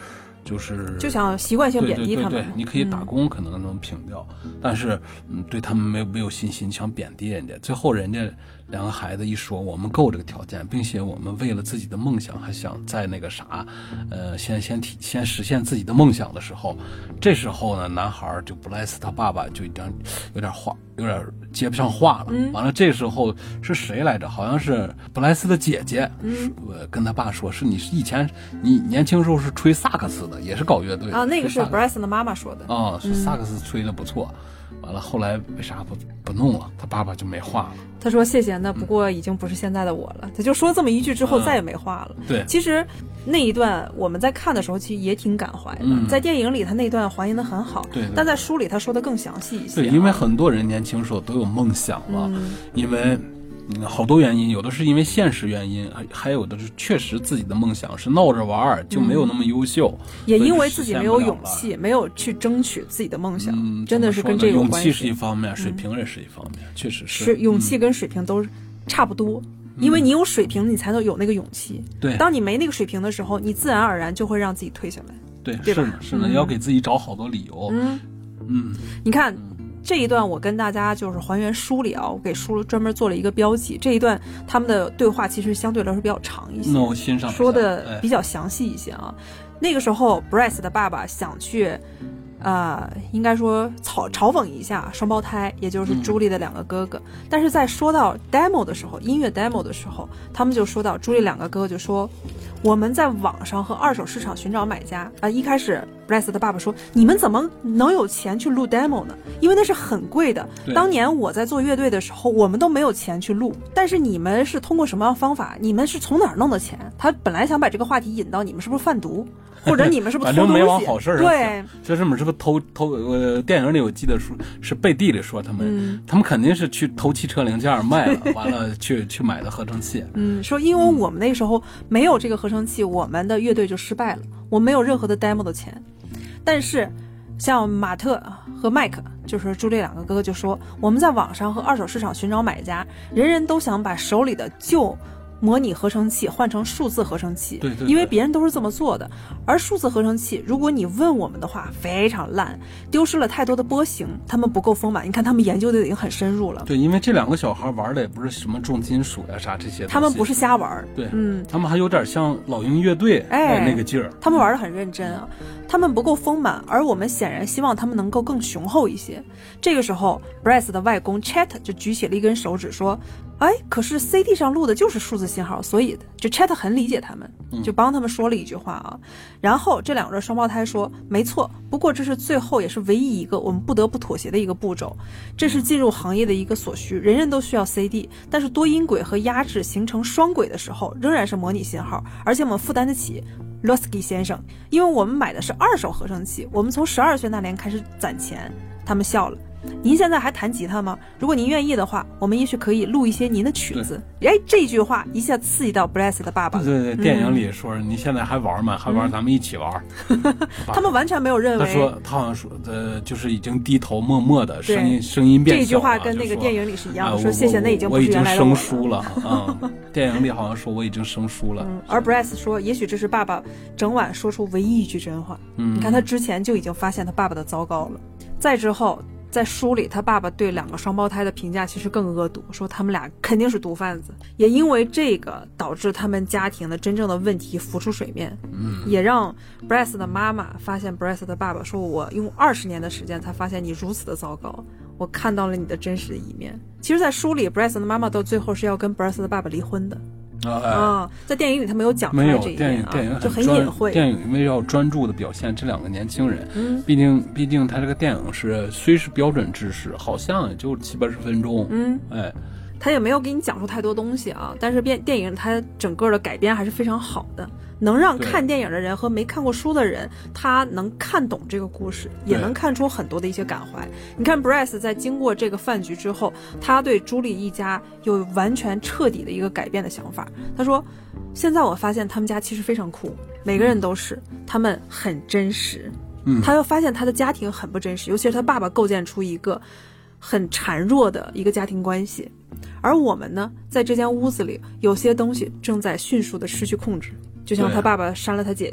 就是就想习惯性贬低他们。 对对对对，你可以打工可能能平掉，嗯、但是嗯，对他们没有没有信心，想贬低人家。最后人家两个孩子一说我们够这个条件，并且我们为了自己的梦想还想在那个啥，呃，先先体先实现自己的梦想的时候，这时候呢，男孩就布莱斯他爸爸就已经有点话有点接不上话了。嗯、完了，这时候是谁来着？好像是布莱斯的姐姐，嗯，跟他爸说，是你是以前你年轻时候是吹萨克斯的，也是搞乐队啊，那个是布莱斯的妈妈说的啊、哦，是萨克斯吹的不错。嗯完了，后来为啥不不弄了？他爸爸就没话了。 他说：“谢谢，那不过已经不是现在的我了。嗯”他就说这么一句之后，再也没话了。 嗯、对， 其实那一段我们在看的时候，其实也挺感怀的。 嗯、 在电影里，他那段还原的很好， 对对对， 但在书里他说的更详细一些、啊。 对，因为很多人年轻时候都有梦想嘛，嗯、因为。嗯，好多原因，有的是因为现实原因，还有的是确实自己的梦想是闹着玩，就没有那么优秀， 嗯、也因为自己没有勇气，没有去争取自己的梦想， 嗯、 真的是跟这个有关系。 勇气是一方面，水平也是一方面，嗯、确实是。 是勇气跟水平都差不多，嗯、因为你有水平，你才能有那个勇气。 对， 当你没那个水平的时候，你自然而然就会让自己退下来。 对， 对吧？ 是的，是的，嗯、要给自己找好多理由。 嗯嗯， 你看。这一段我跟大家就是还原书里啊，我给书专门做了一个标记。这一段他们的对话其实相对来说比较长一些， 那我欣赏说的比较详细一些啊。哎、那个时候 Bryce 的爸爸想去，呃，应该说嘲嘲讽一下双胞胎，也就是朱莉的两个哥哥。嗯、但是在说到 demo 的时候，音乐 demo 的时候，他们就说到朱莉两个哥哥就说，我们在网上和二手市场寻找买家啊、呃。一开始 Bryce 的爸爸说，你们怎么能有钱去录 demo 呢？因为那是很贵的。当年我在做乐队的时候，我们都没有钱去录。但是你们是通过什么样方法？你们是从哪儿弄的钱？他本来想把这个话题引到你们是不是贩毒，或者你们是不是偷东西？ 反正没往好事儿上。 对， 这是不是是不是偷偷？呃，电影里我记得说是背地里说他们，嗯、他们肯定是去偷汽车零件卖了，完了去去买的合成器。 嗯，说因为我们那时候没有这个合成器，我们的乐队就失败了，我没有任何的 demo 的钱。但是像马特和麦克，就是朱莉两个哥哥就说，我们在网上和二手市场寻找买家，人人都想把手里的旧模拟合成器换成数字合成器， 对对对， 因为别人都是这么做的。而数字合成器，如果你问我们的话，非常烂，丢失了太多的波形，他们不够丰满。你看他们研究的已经很深入了。 对，因为这两个小孩玩的也不是什么重金属呀、啊、啥这些， 他们不是瞎玩。 对， 嗯， 他们还有点像老鹰乐队哎那个劲儿， 他们玩的很认真啊。他们不够丰满，而我们显然希望他们能够更雄厚一些。这个时候 Bryce 的外公 Chet 就举起了一根手指说，哎，可是 C D 上录的就是数字信号，所以就 Chet 很理解他们，就帮他们说了一句话啊。然后这两对双胞胎说，没错，不过这是最后也是唯一一个我们不得不妥协的一个步骤，这是进入行业的一个所需，人人都需要 C D， 但是多音轨和压制形成双轨的时候仍然是模拟信号，而且我们负担得起。Losky 先生，因为我们买的是二手合成器，我们从十二岁那年开始攒钱。他们笑了。您现在还弹吉他吗？如果您愿意的话，我们也许可以录一些您的曲子。哎，这句话一下刺激到 Bryce 的爸爸。 对对对，电影里说、嗯、你现在还玩吗？还玩，咱们一起玩。 他们完全没有认为。 他说他好像说呃，就是已经低头默默的声音声音变小了。 这句话跟那个电影里是一样的，说谢谢，那已经不是原来的我了。我已经生疏了啊、嗯！电影里好像说我已经生疏了。 嗯、而 Bryce 说，也许这是爸爸整晚说出唯一一句真话。嗯，你看他之前就已经发现他爸爸的糟糕了。再之后。在书里他爸爸对两个双胞胎的评价其实更恶毒，说他们俩肯定是毒贩子，也因为这个导致他们家庭的真正的问题浮出水面。嗯，也让 Bryce 的妈妈发现 Bryce 的爸爸，说我用二十年的时间才发现你如此的糟糕，我看到了你的真实的一面。其实在书里 Bryce 的妈妈到最后是要跟 Bryce 的爸爸离婚的啊、哎哦，在电影里他没有讲出来这一点、啊、 电影就很隐晦。 电影因为要专注的表现这两个年轻人，嗯，毕竟毕竟他这个电影是虽是标准制式，好像也就七八十分钟，嗯，哎， 他也没有给你讲出太多东西啊。但是电电影它整个的改编还是非常好的，能让看电影的人和没看过书的人，他能看懂这个故事，也能看出很多的一些感怀。你看 Bryce 在经过这个饭局之后，他对朱莉一家有完全彻底的一个改变的想法。他说，现在我发现他们家其实非常酷，每个人都是，他们很真实。嗯，他又发现他的家庭很不真实，尤其是他爸爸构建出一个很孱弱的一个家庭关系，而我们呢，在这间屋子里有些东西正在迅速的失去控制，就像他爸爸扇了他姐姐，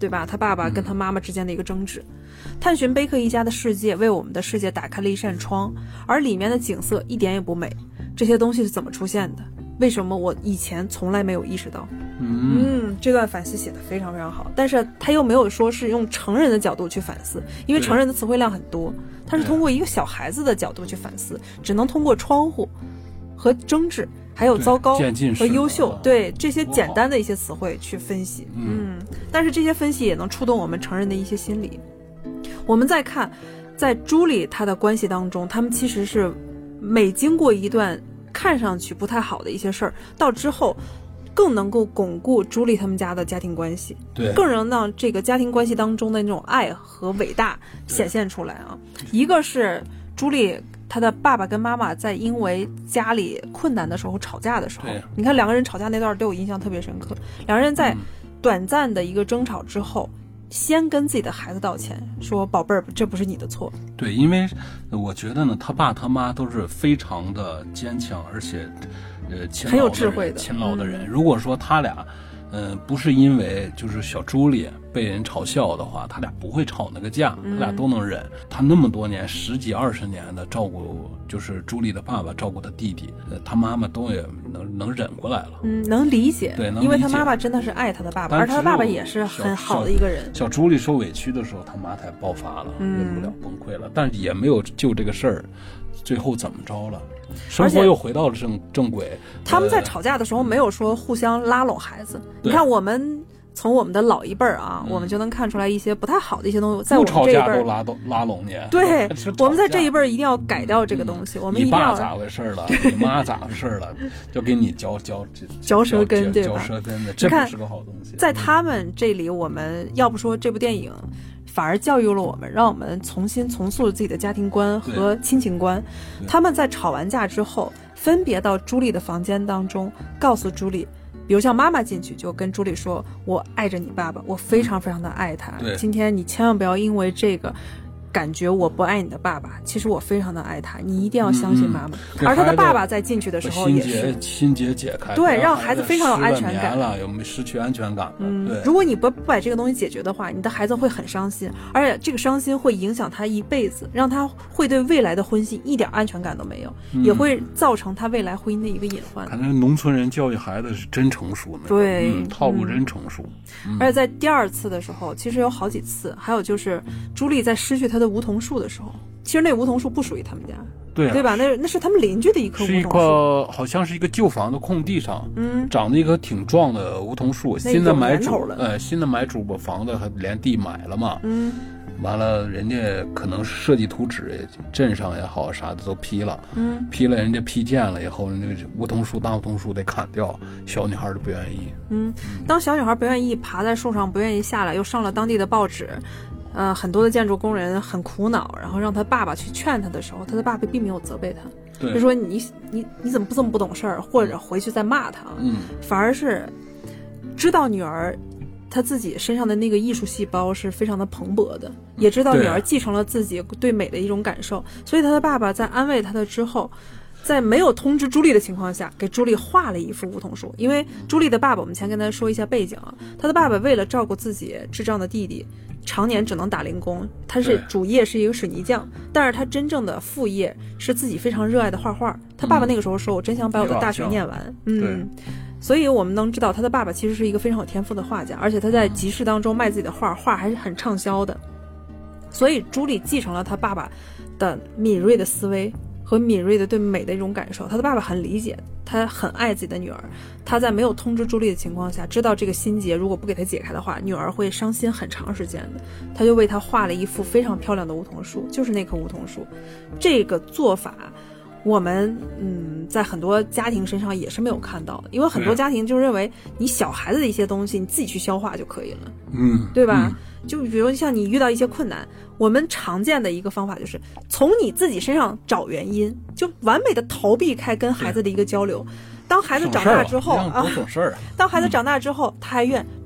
对吧？他爸爸跟他妈妈之间的一个争执。嗯、探寻贝克一家的世界，为我们的世界打开了一扇窗，而里面的景色一点也不美。这些东西是怎么出现的？为什么我以前从来没有意识到？ 嗯, 嗯，这段反思写得非常非常好，但是他又没有说是用成人的角度去反思，因为成人的词汇量很多，他是通过一个小孩子的角度去反思，只能通过窗户和争执还有糟糕和优秀，对这些简单的一些词汇去分析。嗯，但是这些分析也能触动我们成人的一些心理。我们再看在朱莉她的关系当中，他们其实是每经过一段看上去不太好的一些事儿，到之后更能够巩固朱莉他们家的家庭关系， 对， 更能让这个家庭关系当中的那种爱和伟大显现出来啊。一个是朱莉她的爸爸跟妈妈在因为家里困难的时候吵架的时候，你看两个人吵架那段对我印象特别深刻，两个人在短暂的一个争吵之后，嗯、先跟自己的孩子道歉，说宝贝儿，这不是你的错。 对，因为我觉得呢，他爸他妈都是非常的坚强，而且呃勤劳的人， 很有智慧的勤劳的人。嗯、如果说他俩嗯、呃，不是因为就是小朱莉被人嘲笑的话，他俩不会吵那个架， 嗯、 他俩都能忍。他那么多年，十几二十年的照顾，就是朱莉的爸爸照顾他弟弟，呃，他妈妈都也能能忍过来了。 嗯，能理解。 对，能理解。 因为他妈妈真的是爱他的爸爸，而他的爸爸也是很好的一个人。 小朱莉受委屈的时候，他妈才爆发了， 嗯、 忍不了，崩溃了，但是也没有就这个事儿。最后怎么着了？生活又回到了正正轨。 他们在吵架的时候没有说互相拉拢孩子。你看，我们从我们的老一辈儿啊、嗯，我们就能看出来一些不太好的一些东西。在我们这一辈儿都拉都拉拢你。 对，我们在这一辈儿一定要改掉这个东西。 嗯、 我们一定要。 你爸咋回事了？你妈咋回事了？就给你嚼嚼嚼舌根，对吧？ 嚼舌根的，这不是个好东西。 在他们这里，我们要不说这部电影。反而教育了我们，让我们重新重塑了自己的家庭观和亲情观。他们在吵完架之后，分别到朱莉的房间当中，告诉朱莉，比如像妈妈进去就跟朱莉说：“我爱着你爸爸，我非常非常的爱他。今天你千万不要因为这个。”感觉我不爱你的爸爸，其实我非常的爱他，你一定要相信妈妈。嗯、而他的爸爸在进去的时候也是心结解开， 对，让孩子非常有安全感了，有没有失去安全感了？ 嗯， 对。 如果你不不把这个东西解决的话，你的孩子会很伤心，而且这个伤心会影响他一辈子，让他会对未来的婚姻一点安全感都没有， 嗯、 也会造成他未来婚姻的一个隐患。 看来农村人教育孩子是真成熟呢， 对、 嗯，套路真成熟。 嗯、而且在第二次的时候，其实有好几次，还有就是朱莉在失去她的梧桐树的时候。其实那梧桐树不属于他们家， 对、啊、 对吧？那那是他们邻居的一棵梧桐树， 是一个好像是一个旧房的空地上， 嗯， 长着一棵挺壮的梧桐树。新的买主了， 呃，新的买主把房子和连地买了嘛， 嗯， 完了人家可能设计图纸，镇上也好啥的都批了， 嗯， 批了人家批件了以后，那个梧桐树大梧桐树得砍掉，小女孩都不愿意。 嗯，当小女孩不愿意爬在树上，不愿意下来，又上了当地的报纸。呃，很多的建筑工人很苦恼，然后让他爸爸去劝他的时候，他的爸爸并没有责备他，就说你你你怎么不这么不懂事儿，或者回去再骂他， 嗯， 反而是知道女儿她自己身上的那个艺术细胞是非常的蓬勃的，也知道女儿继承了自己对美的一种感受，所以他的爸爸在安慰他的之后。在没有通知朱莉的情况下，给朱莉画了一幅梧桐树。因为朱莉的爸爸，我们先跟他说一下背景啊，他的爸爸为了照顾自己智障的弟弟，常年只能打零工。他是主业是一个水泥匠，但是他真正的副业是自己非常热爱的画画。他爸爸那个时候说：“我真想把我的大学念完。”嗯，所以我们能知道他的爸爸其实是一个非常有天赋的画家，而且他在集市当中卖自己的画，画还是很畅销的。所以朱莉继承了他爸爸的敏锐的思维。和敏锐的对美的一种感受，他的爸爸很理解，他很爱自己的女儿。他在没有通知朱莉的情况下，知道这个心结如果不给他解开的话，女儿会伤心很长时间的。他就为他画了一幅非常漂亮的梧桐树，就是那棵梧桐树。这个做法，我们嗯，在很多家庭身上也是没有看到的，因为很多家庭就认为你小孩子的一些东西你自己去消化就可以了， 嗯， 对吧？ 嗯就比如像你遇到一些困难，我们常见的一个方法就是从你自己身上找原因，就完美的逃避开跟孩子的一个交流。当孩子长大之后啊， 省事儿啊！ 当孩子长大之后，他还愿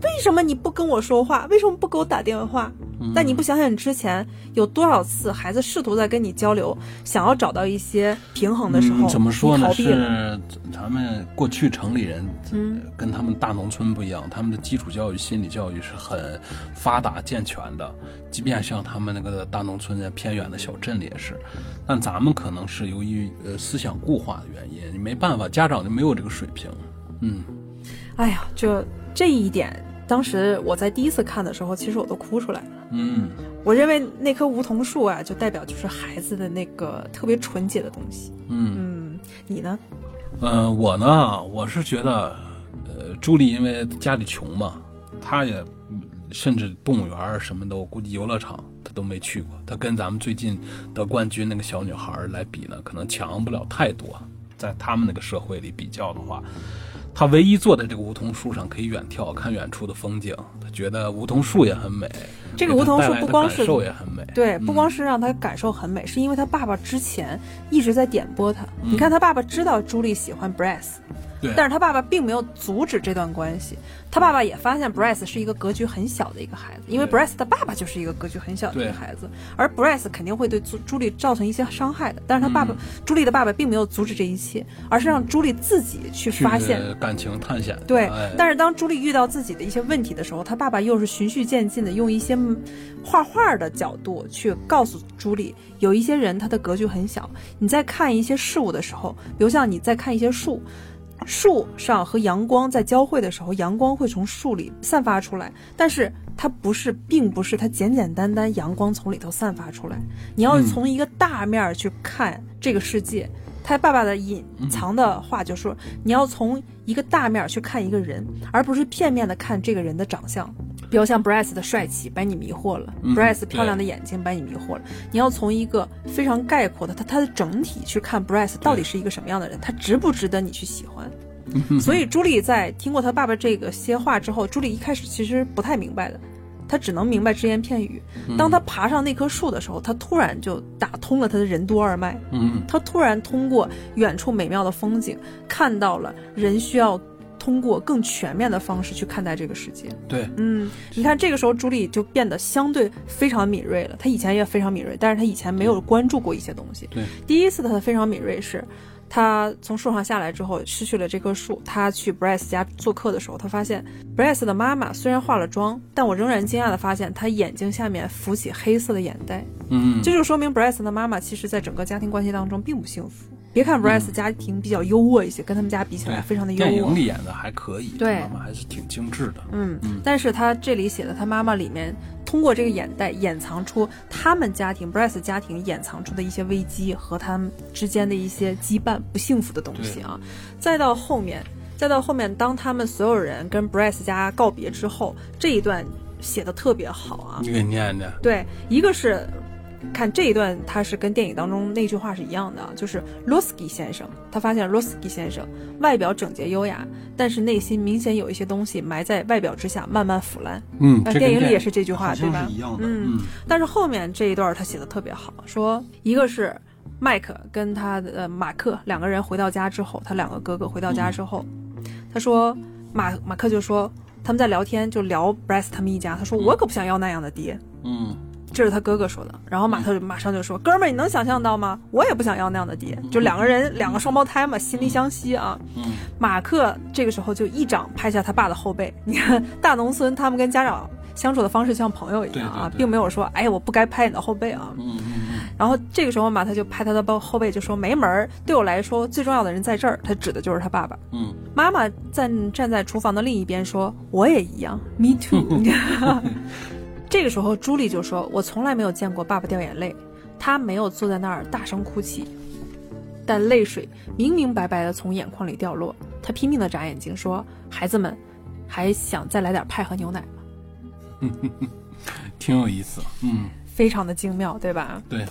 为什么你不跟我说话？为什么不给我打电话？嗯、但你不想想你之前有多少次孩子试图在跟你交流，想要找到一些平衡的时候， 嗯、怎么说呢？ 是咱们过去城里人，嗯，跟他们大农村不一样，他们的基础教育、心理教育是很发达健全的，即便像他们那个大农村的偏远的小镇里也是。但咱们可能是由于呃思想固化的原因，你没办法，家长就没有这个水平。嗯， 哎呀，这这一点。当时我在第一次看的时候，其实我都哭出来了。 嗯， 我认为那棵梧桐树啊，就代表就是孩子的那个特别纯洁的东西。 嗯嗯，你呢？ 呃，我呢，我是觉得，呃，朱莉因为家里穷嘛，她也甚至动物园什么的，我估计游乐场她都没去过。她跟咱们最近得冠军那个小女孩来比呢，可能强不了太多。在他们那个社会里比较的话。他唯一坐在这个梧桐树上可以远眺看远处的风景，他觉得梧桐树也很美。 这个梧桐树不光是感受也很美， 对，不光是让他感受很美，嗯、是因为他爸爸之前一直在点拨他。嗯、你看他爸爸知道朱莉喜欢 Bryce， 对， 但是他爸爸并没有阻止这段关系。他爸爸也发现 Bryce 是一个格局很小的一个孩子，因为 Bryce 的爸爸就是一个格局很小的一个孩子，而 Bryce 肯定会对朱莉造成一些伤害的。但是他爸爸、嗯、朱莉的爸爸并没有阻止这一切，而是让朱莉自己去发现感情探险。 对、 哎， 但是当朱莉遇到自己的一些问题的时候，他爸爸又是循序渐进的用一些画画的角度去告诉朱莉，有一些人他的格局很小。你在看一些事物的时候，比如像你在看一些树。树上和阳光在交汇的时候，阳光会从树里散发出来，但是它不是，并不是它简简单单阳光从里头散发出来。你要从一个大面去看这个世界。嗯、他爸爸的隐藏的话就说，你要从一个大面去看一个人，而不是片面的看这个人的长相。比如像 Bryce 的帅气把你迷惑了、嗯、Bryce 漂亮的眼睛把你迷惑了，你要从一个非常概括的他他的整体去看 Bryce 到底是一个什么样的人，他值不值得你去喜欢。所以朱莉在听过他爸爸这个些话之后，朱莉一开始其实不太明白的，他只能明白只言片语。当他爬上那棵树的时候，他突然就打通了他的任督二脉。 嗯， 他突然通过远处美妙的风景，看到了人需要通过更全面的方式去看待这个世界。 对， 嗯，你看这个时候朱莉就变得相对非常敏锐了。她以前也非常敏锐，但是她以前没有关注过一些东西。 对， 第一次她非常敏锐是他从树上下来之后失去了这棵树，他去 Bryce 家做客的时候，他发现 Bryce 的妈妈虽然化了妆，但我仍然惊讶地发现她眼睛下面浮起黑色的眼袋。 嗯， 这就说明 Bryce 的妈妈其实在整个家庭关系当中并不幸福。别看 Bryce 家庭比较优渥一些、嗯、跟他们家比起来非常的优渥， 电影里演的还可以， 对， 妈妈还是挺精致的。 嗯嗯，但是他这里写的他妈妈里面通过这个眼袋掩藏出他们家庭 Bryce 家庭掩藏出的一些危机和他们之间的一些羁绊不幸福的东西啊。再到后面再到后面当他们所有人跟 Bryce 家告别之后，这一段写的特别好啊， 你给念念。 对，一个是看这一段它是跟电影当中那句话是一样的，就是 Lusky 先生他发现 Lusky 先生外表整洁优雅，但是内心明显有一些东西埋在外表之下慢慢腐烂。 嗯， 那电影里也是这句话，对吧？ 一样的。 嗯，但是后面这一段他写的特别好，说一个是麦克跟他的、呃、马克两个人回到家之后，他两个哥哥回到家之后、嗯、他说马马克就说他们在聊天，就聊 Bryce 他们一家，他说、嗯、我可不想要那样的爹。 嗯， 这是他哥哥说的，然后马特马上就说、嗯、哥们儿你能想象到吗，我也不想要那样的爹，就两个人、嗯、两个双胞胎嘛，心灵相惜啊。 嗯， 马克这个时候就一掌拍下他爸的后背，你看大农村他们跟家长相处的方式像朋友一样啊， 对对对， 并没有说哎我不该拍你的后背啊。 嗯嗯嗯。 然后这个时候马特就拍他的后背就说没门，对我来说最重要的人在这儿，他指的就是他爸爸。 嗯， 妈妈站站在厨房的另一边说我也一样 me too 这个时候朱莉就说我从来没有见过爸爸掉眼泪，他没有坐在那儿大声哭泣，但泪水明明白白的从眼眶里掉落，他拼命的眨眼睛说孩子们还想再来点派和牛奶吗？ 挺有意思。嗯， 非常的精妙，对吧？ 对，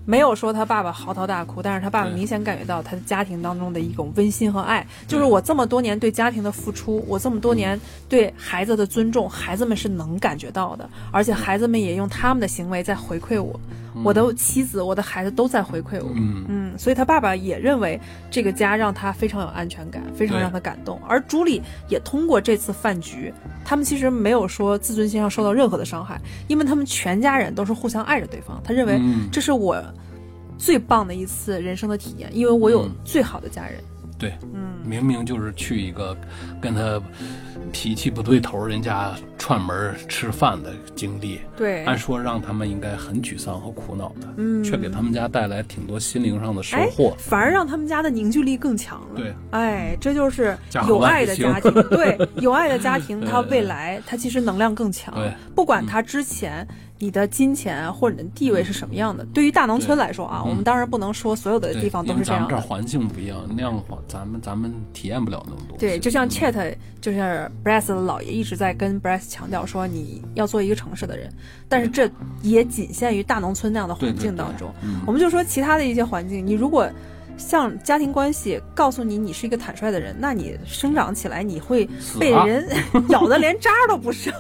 没有说他爸爸嚎啕大哭，但是他爸爸明显感觉到他的家庭当中的一种温馨和爱，就是我这么多年对家庭的付出，我这么多年对孩子的尊重，孩子们是能感觉到的，而且孩子们也用他们的行为在回馈我，嗯、我的妻子我的孩子都在回馈我，嗯嗯，所以他爸爸也认为这个家让他非常有安全感，非常让他感动。而朱莉也通过这次饭局，他们其实没有说自尊心上受到任何的伤害，因为他们全家人都是互相爱着对方，他认为这是我最棒的一次人生的体验，因为我有最好的家人。 嗯、对，嗯，明明就是去一个跟他脾气不对头人家串门吃饭的经历， 对， 按说让他们应该很沮丧和苦恼的，嗯，却给他们家带来挺多心灵上的收获， 反而让他们家的凝聚力更强了。 对， 哎，这就是有爱的家庭。对，有爱的家庭，它未来它其实能量更强。 对， 不管他之前。嗯你的金钱或者你的地位是什么样的？对于大农村来说啊，我们当然不能说所有的地方都是这样的。 咱们这儿环境不一样，那样咱们咱们体验不了那么多。 对，就像 Chet， 就是 Bryce 的姥爷一直在跟 Bryce 强调说，你要做一个城市的人，但是这也仅限于大农村那样的环境当中。 对对对嗯、 我们就说其他的一些环境，你如果像家庭关系告诉你你是一个坦率的人，那你生长起来你会被人咬得连渣都不剩。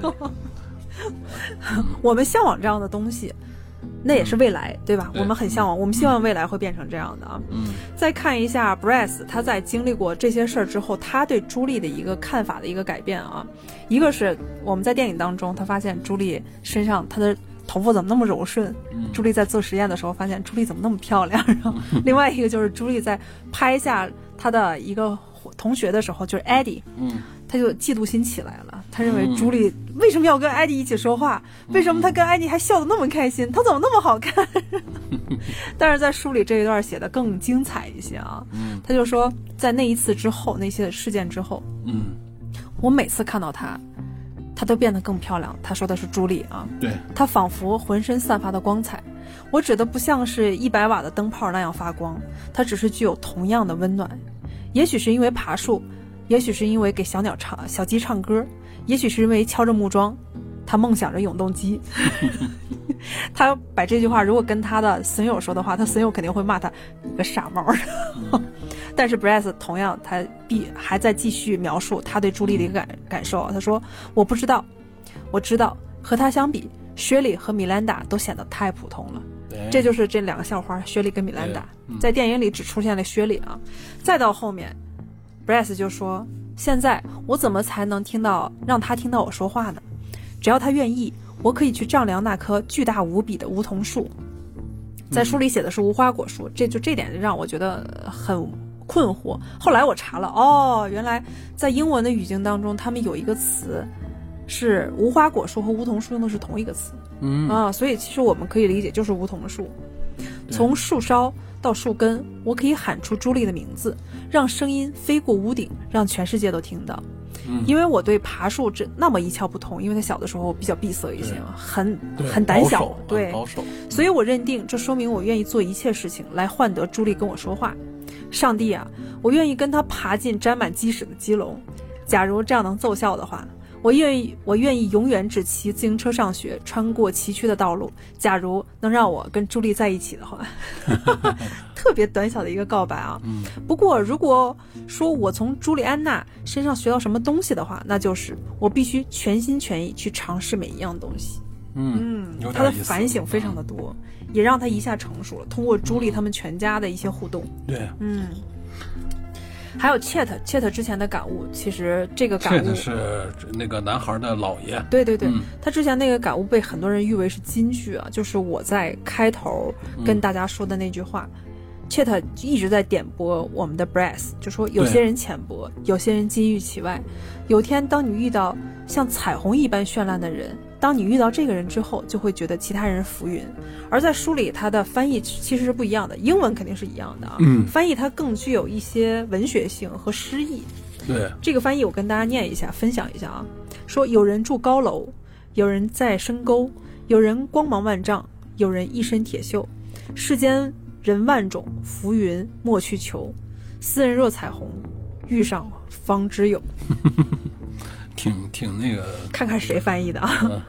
我们向往这样的东西，那也是未来，对吧？我们很向往，我们希望未来会变成这样的啊。 嗯。 再看一下 Bryce， 他在经历过这些事儿之后，他对朱莉的一个看法的一个改变啊。一个是我们在电影当中，他发现朱莉身上她的头发怎么那么柔顺？ 嗯、 朱莉在做实验的时候发现朱莉怎么那么漂亮？然后另外一个就是朱莉在拍下她的一个同学的时候，就是 Eddie， 嗯。 他就嫉妒心起来了，他认为朱莉为什么要跟艾迪一起说话？嗯、为什么他跟艾迪还笑得那么开心？他怎么那么好看？但是在书里这一段写的更精彩一些啊。 嗯、 他就说，在那一次之后，那些事件之后， 嗯， 我每次看到她，她都变得更漂亮。他说的是朱莉啊， 对， 她仿佛浑身散发的光彩。我指的不像是一百瓦的灯泡那样发光，她只是具有同样的温暖。也许是因为爬树。也许是因为给小鸟唱小鸡唱歌，也许是因为敲着木桩，他梦想着永动机。他把这句话如果跟他的损友说的话，他损友肯定会骂他你个傻帽。但是 Bryce 同样他必还在继续描述他对朱莉的一个感感受。他说我不知道，我知道和他相比，薛莉和米兰达都显得太普通了。这就是这两个校花，薛莉跟米兰达，在电影里只出现了薛莉啊。再到后面Bryce 就说，现在我怎么才能听到让他听到我说话呢？只要他愿意，我可以去丈量那棵巨大无比的梧桐树。在书里写的是无花果树，这就这点让我觉得很困惑。后来我查了，哦，原来在英文的语境当中，他们有一个词是无花果树和梧桐树用的是同一个词， 嗯啊，所以其实我们可以理解就是梧桐树。从树梢到树根，我可以喊出朱莉的名字，让声音飞过屋顶，让全世界都听到。 嗯、 因为我对爬树这那么一窍不通，因为他小的时候比较闭塞一些，很很胆小，对， 保守， 所以我认定这说明我愿意做一切事情来换得朱莉跟我说话。上帝啊，我愿意跟他爬进沾满鸡屎的鸡笼。假如这样能奏效的话，我愿意，我愿意永远只骑自行车上学，穿过崎岖的道路。假如能让我跟朱莉在一起的话，特别短小的一个告白啊。 嗯， 不过如果说我从朱莉安娜身上学到什么东西的话，那就是我必须全心全意去尝试每一样东西。 嗯， 嗯，他的反省非常的多，嗯、也让他一下成熟了。通过朱莉他们全家的一些互动， 对， 嗯。还有 Chet Chet 之前的感悟，其实这个感悟 Chet 是那个男孩的姥爷。 对对对、 嗯， 他之前那个感悟被很多人誉为是金句啊，就是我在开头跟大家说的那句话。嗯、Chet 一直在点拨我们的 Bryce， 就说有些人浅薄，有些人金玉其外。有天当你遇到像彩虹一般绚烂的人，当你遇到这个人之后，就会觉得其他人浮云。而在书里，它的翻译其实是不一样的，英文肯定是一样的啊。 嗯， 翻译它更具有一些文学性和诗意。 对， 这个翻译我跟大家念一下，分享一下啊。说有人住高楼，有人在深沟，有人光芒万丈，有人一身铁锈。世间人万种，浮云莫去求。斯人若彩虹，遇上方知有。 挺挺那个， 看看谁翻译的啊？ 嗯、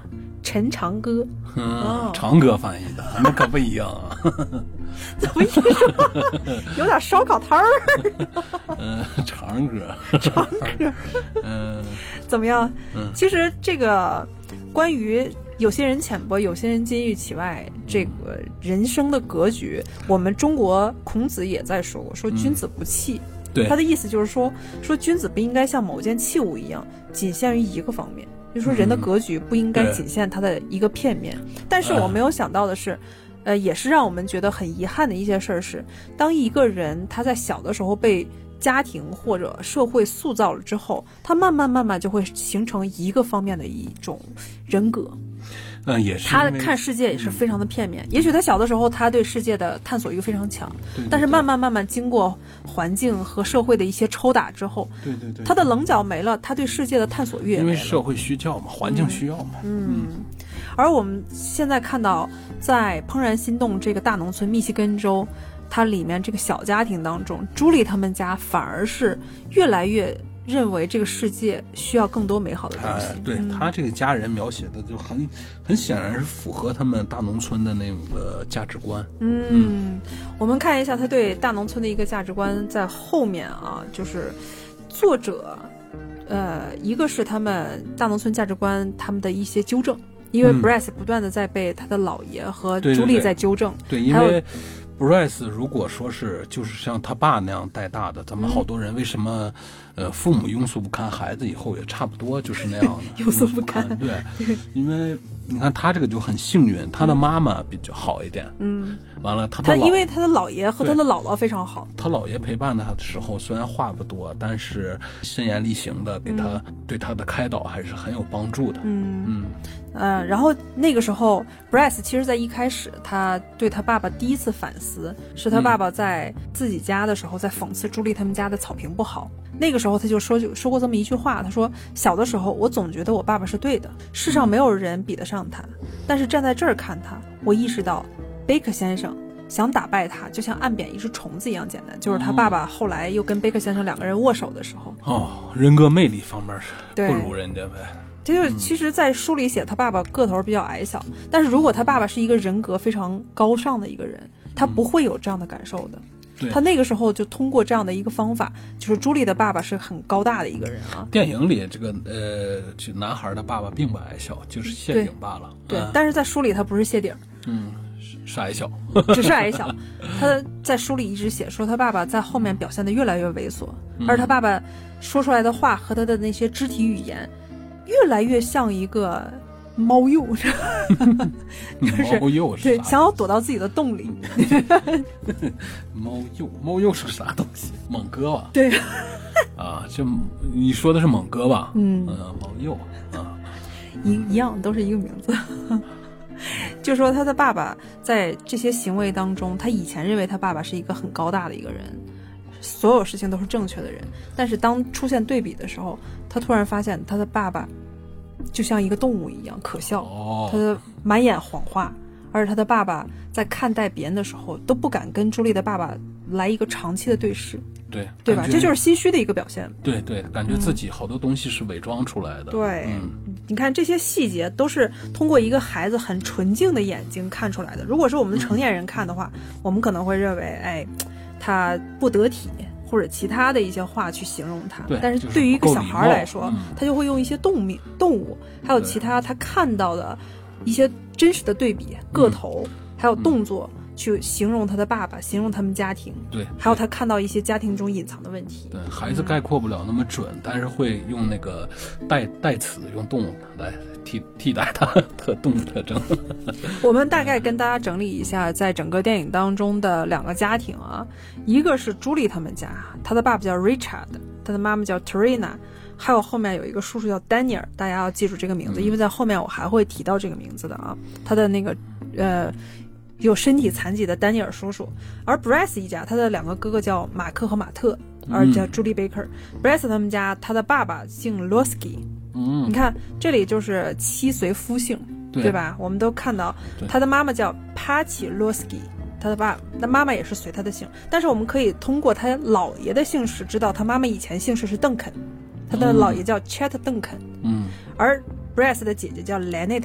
陈长歌。 嗯，哦、长歌翻译的，那可不一样啊。 怎么意思？有点烧烤摊儿。 嗯，长歌， 长歌。 嗯， 怎么样？ 嗯， 其实这个关于有些人浅薄，有些人金玉其外，这个人生的格局，我们中国孔子也在说过，说君子不器。 嗯对， 他的意思就是说，说君子不应该像某件器物一样，仅限于一个方面，就是说人的格局不应该仅限他的一个片面。嗯、但是我没有想到的是，呃，也是让我们觉得很遗憾的一件事是，当一个人他在小的时候被家庭或者社会塑造了之后，他慢慢慢慢就会形成一个方面的一种人格。 嗯，也是他看世界也是非常的片面、嗯、也许他小的时候他对世界的探索欲非常强， 对对对， 但是慢慢慢慢经过环境和社会的一些抽打之后， 对对对， 他的棱角没了，他对世界的探索欲也没了， 因为社会需要嘛，环境需要嘛。 嗯, 嗯而我们现在看到在怦然心动这个大农村密西根州，它里面这个小家庭当中，朱莉他们家反而是越来越认为这个世界需要更多美好的东西。 哎、对、 嗯、 他这个家人描写的就很很显然是符合他们大农村的那个价值观。 嗯, 嗯我们看一下他对大农村的一个价值观，在后面啊，就是作者呃，一个是他们大农村价值观他们的一些纠正，因为 Bryce 不断的在被他的姥爷和朱莉在纠正。 对, 对, 对, 对，因为Bryce 如果说是就是像他爸那样带大的，咱们好多人为什么、嗯、呃父母庸俗不堪，孩子以后也差不多就是那样的庸俗不堪。 对，因为你看他这个就很幸运，他的妈妈比较好一点。 嗯， 完了他他因为他的姥爷和他的姥姥非常好， 他姥爷陪伴他的时候虽然话不多，但是身言力行的给他、嗯、对他的开导还是很有帮助的。 嗯嗯。呃，然后那个时候 Bryce 其实在一开始他对他爸爸第一次反思是他爸爸在自己家的时候在讽刺朱莉他们家的草坪不好，那个时候他就说说过这么一句话，他说小的时候我总觉得我爸爸是对的，世上没有人比得上他，但是站在这儿看他，我意识到贝克先生想打败他就像按扁一只虫子一样简单，就是他爸爸后来又跟贝克先生两个人握手的时候。 哦，人格魅力方面是不如人家呗。 这就是其实在书里写他爸爸个头比较矮小、嗯、但是如果他爸爸是一个人格非常高尚的一个人，他不会有这样的感受的、嗯、他那个时候就通过这样的一个方法，就是朱莉的爸爸是很高大的一个人啊。 电影里这个呃，这男孩的爸爸并不矮小，就是谢顶罢了。 对、嗯、但是在书里他不是谢顶， 嗯，是矮小只是矮小。他在书里一直写说他爸爸在后面表现得越来越猥琐、嗯、而他爸爸说出来的话和他的那些肢体语言越来越像一个猫鼬，就是猫鼬是对，想要躲到自己的洞里。 猫鼬，猫鼬是啥东西？猛哥吧？ 对。 啊，这你说的是猛哥吧？ 嗯， 呃，猫鼬啊， 一一样都是一个名字。就说他的爸爸在这些行为当中，他以前认为他爸爸是一个很高大的一个人，所有事情都是正确的人，但是当出现对比的时候，他突然发现他的爸爸就像一个动物一样可笑、哦、他的满眼谎话，而他的爸爸在看待别人的时候都不敢跟朱莉的爸爸来一个长期的对视， 对对吧？这就是心虚的一个表现。 对对，感觉自己好多东西是伪装出来的、嗯、 对、 嗯， 你看这些细节都是通过一个孩子很纯净的眼睛看出来的，如果是我们成年人看的话、嗯、我们可能会认为哎，他不得体或者其他的一些话去形容他，但是对于一个小孩来说、 就是嗯、 他就会用一些动物动物还有其他他看到的一些真实的对比，个头、嗯、还有动作、嗯、去形容他的爸爸，形容他们家庭， 对， 还有他看到一些家庭中隐藏的问题。 对，孩子概括不了那么准、嗯、但是会用那个代代词，用动物来替替代它特动物特征。 我们大概跟大家整理一下在整个电影当中的两个家庭啊，一个是朱莉他们家，他的爸爸叫 Richard， 他的妈妈叫 Trina， 还有后面有一个叔叔叫 Daniel， 大家要记住这个名字、嗯、因为在后面我还会提到这个名字的啊。他的那个呃有身体残疾的丹尼尔叔叔，而 Bryce 一家他的两个哥哥叫马克和马特，而叫 Julie Baker、嗯、Bryce 他们家他的爸爸姓 Losky， 嗯， 你看这里就是妻随夫姓， 对, 对吧？我们都看到他的妈妈叫 Patty Losky， 他的爸那妈妈也是随他的姓，但是我们可以通过他姥爷的姓氏知道他妈妈以前姓氏是邓肯，他的姥爷叫 Chet 邓肯， 嗯， 而 Bryce 的姐姐叫 Lanetta，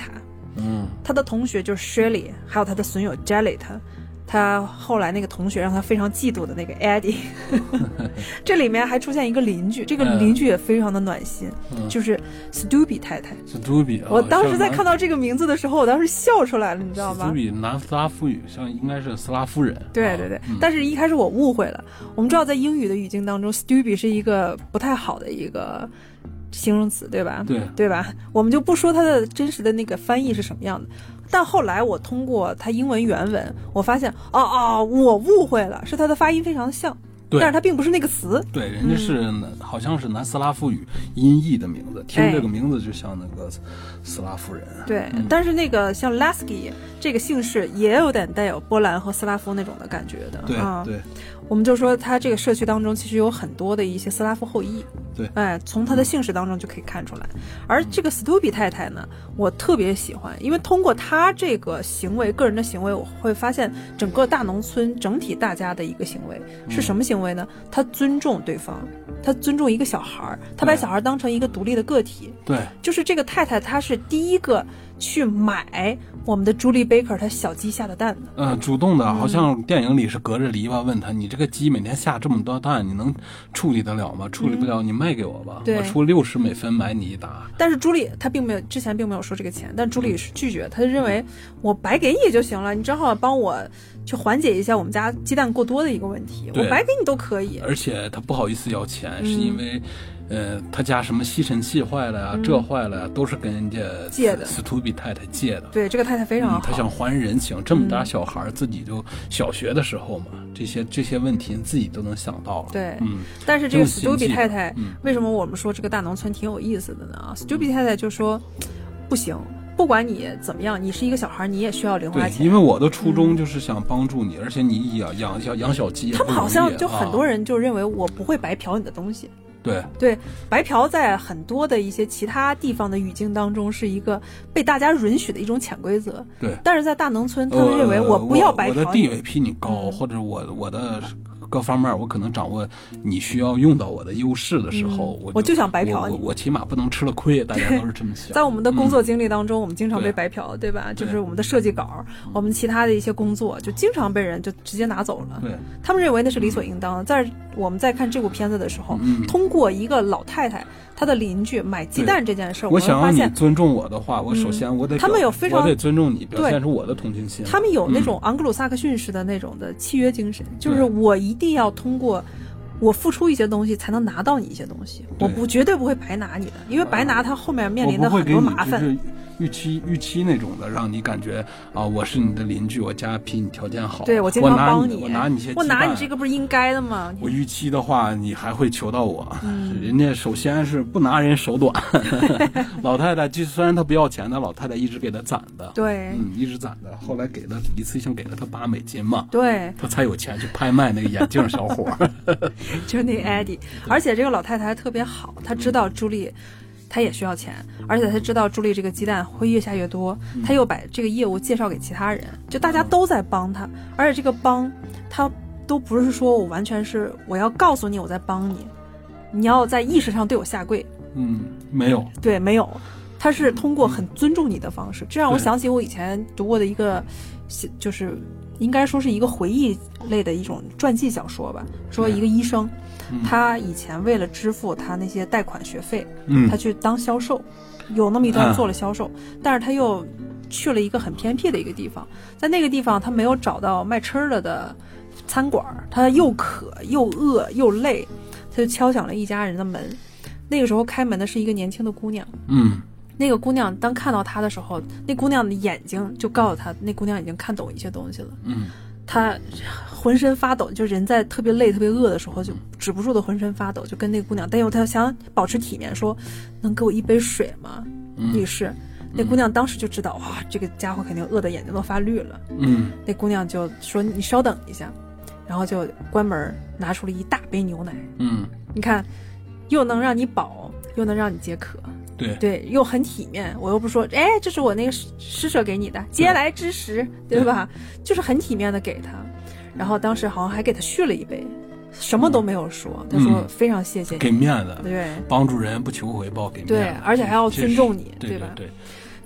嗯， 他的同学就是 Shirley， 还有他的损友 Jalet， 他后来那个同学让他非常嫉妒的那个 Eddie 这里面还出现一个邻居，这个邻居也非常的暖心，嗯、就是 Stubby 太太。 Stubby，、哦、 我当时在看到这个名字的时候，我当时笑出来了，你知道吗？ Stubby 南斯拉夫语，像应该是斯拉夫人。 对对对、 啊嗯， 但是一开始我误会了。我们知道在英语的语境当中 Stubby 是一个不太好的一个形容词，对吧？ 对对吧？我们就不说它的真实的那个翻译是什么样的。但后来我通过它英文原文，我发现，哦哦，我误会了，是它的发音非常像，但是它并不是那个词。 对，人家是、嗯、好像是南斯拉夫语音译的名字，听这个名字就像那个斯拉夫人。 对、 嗯， 但是那个像 Lasky 这个姓氏也有点带有波兰和斯拉夫那种的感觉的。 对、 啊、 对。 我们就说他这个社区当中其实有很多的一些斯拉夫后裔， 对， 哎，从他的姓氏当中就可以看出来。而这个 Stubby 太太呢，我特别喜欢，因为通过他这个行为，个人的行为，我会发现整个大农村整体大家的一个行为是什么行为呢？他尊重对方，他尊重一个小孩，他把小孩当成一个独立的个体。 对， 就是这个太太，她是第一个去买我们的朱莉贝克她小鸡下的蛋的。 呃，主动的，好像电影里是隔着篱笆问他，你这个鸡每天下这么多蛋，你能处理得了吗？处理不了，你卖给我吧， 嗯、 我出六十美分买你一打。 但是朱莉她并没有之前并没有说这个钱，但朱莉是拒绝，她就认为我白给你就行了，你正好帮我去缓解一下我们家鸡蛋过多的一个问题，我白给你都可以。 而且她不好意思要钱，嗯、是因为。呃，他家什么吸尘器坏了呀、嗯，这坏了呀，都是跟人家借的， 斯图比太太借的。 对，这个太太非常好。 嗯、他想还人情，这么大小孩、嗯、自己就小学的时候嘛，这些这些问题自己都能想到了。 对， 嗯。 但是这个斯图比太太、 嗯， 为什么我们说这个大农村挺有意思的呢？啊，斯图比太太就说，不行。不管你怎么样，你是一个小孩，你也需要零花钱。 因为我的初衷就是想帮助你，嗯、而且你养养小养小鸡， 他们好像就很多人就认为我不会白嫖你的东西。 对对，白嫖在很多的一些其他地方的语境当中是一个被大家允许的一种潜规则。 对， 但是在大农村，他们认为我不要白嫖你、 呃我，我的地位比你高，嗯、或者我我的。各方面我可能掌握你需要用到我的优势的时候， 嗯、 我就我就想白嫖你，我我起码不能吃了亏，大家都是这么想。 在我们的工作经历当中，嗯、我们经常被白嫖，对吧？就是我们的设计稿，我们其他的一些工作，就经常被人就直接拿走了。 对， 他们认为那是理所应当的。在我们在看这部片子的时候， 嗯、 通过一个老太太。他的邻居买鸡蛋这件事， 我想让你尊重我的话，我首先我得、 嗯、他们有非常我得尊重你，表现出我的同情心。 他们有那种昂格鲁萨克逊式的那种的契约精神，嗯、就是我一定要通过我付出一些东西才能拿到你一些东西，我不绝对不会白拿你的，因为白拿他后面面临的很多麻烦。 预期预期那种的，让你感觉啊，我是你的邻居，我家比你条件好， 对我经常帮你，我拿你些， 我拿你这个不是应该的吗？ 我预期的话，你还会求到我。 嗯、 人家首先是不拿人手短，老太太就虽然她不要钱，但老太太一直给她攒的， 对， 嗯，一直攒的。后来给了一次性给了她八美金嘛， 对， 她才有钱去拍卖那个眼镜小伙， 就是那个艾迪。而且这个老太太还特别好，她知道朱莉。他也需要钱，而且他知道朱莉这个鸡蛋会越下越多， 嗯、 他又把这个业务介绍给其他人，就大家都在帮他，而且这个帮他都不是说我完全是我要告诉你我在帮你，你要在意识上对我下跪， 嗯，没有， 对，没有，他是通过很尊重你的方式，这让我想起我以前读过的一个，就是应该说是一个回忆类的一种传记小说吧，说一个医生。他以前为了支付他那些贷款学费， 嗯， 他去当销售，有那么一段做了销售，啊、但是他又去了一个很偏僻的一个地方，在那个地方他没有找到卖吃的的餐馆，他又渴又饿又累，他就敲响了一家人的门。那个时候开门的是一个年轻的姑娘， 嗯， 那个姑娘当看到他的时候，那姑娘的眼睛就告诉他，那姑娘已经看懂一些东西了， 嗯。 他浑身发抖，就人在特别累特别饿的时候就止不住的浑身发抖，就跟那个姑娘，但又他想保持体面，说能给我一杯水吗， 嗯、 女士。那姑娘当时就知道，哇，这个家伙肯定饿得眼睛都发绿了。 嗯， 那姑娘就说你稍等一下，然后就关门拿出了一大杯牛奶。 嗯， 你看又能让你饱又能让你解渴， 对对，又很体面。我又不说，哎，这是我那个施舍给你的嗟来之食， 对, 对吧？就是很体面的给他。然后当时好像还给他续了一杯，什么都没有说。嗯、他说非常谢谢你， 给面子， 对， 帮助人不求回报，给面子， 对，而且还要尊重你， 对吧？ 对。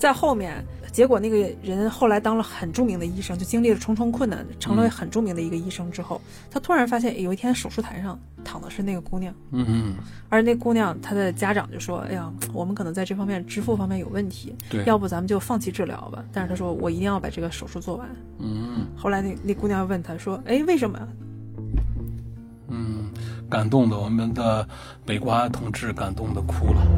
在后面，结果那个人后来当了很著名的医生，就经历了重重困难，成了很著名的一个医生之后，嗯、他突然发现有一天手术台上躺的是那个姑娘， 嗯嗯， 而那姑娘她的家长就说：“哎呀，我们可能在这方面支付方面有问题， 对， 要不咱们就放弃治疗吧。”但是他说：“我一定要把这个手术做完。” 嗯， 后来那那姑娘问他说：“哎，为什么？” 嗯，感动的我们的北瓜同志感动的哭了。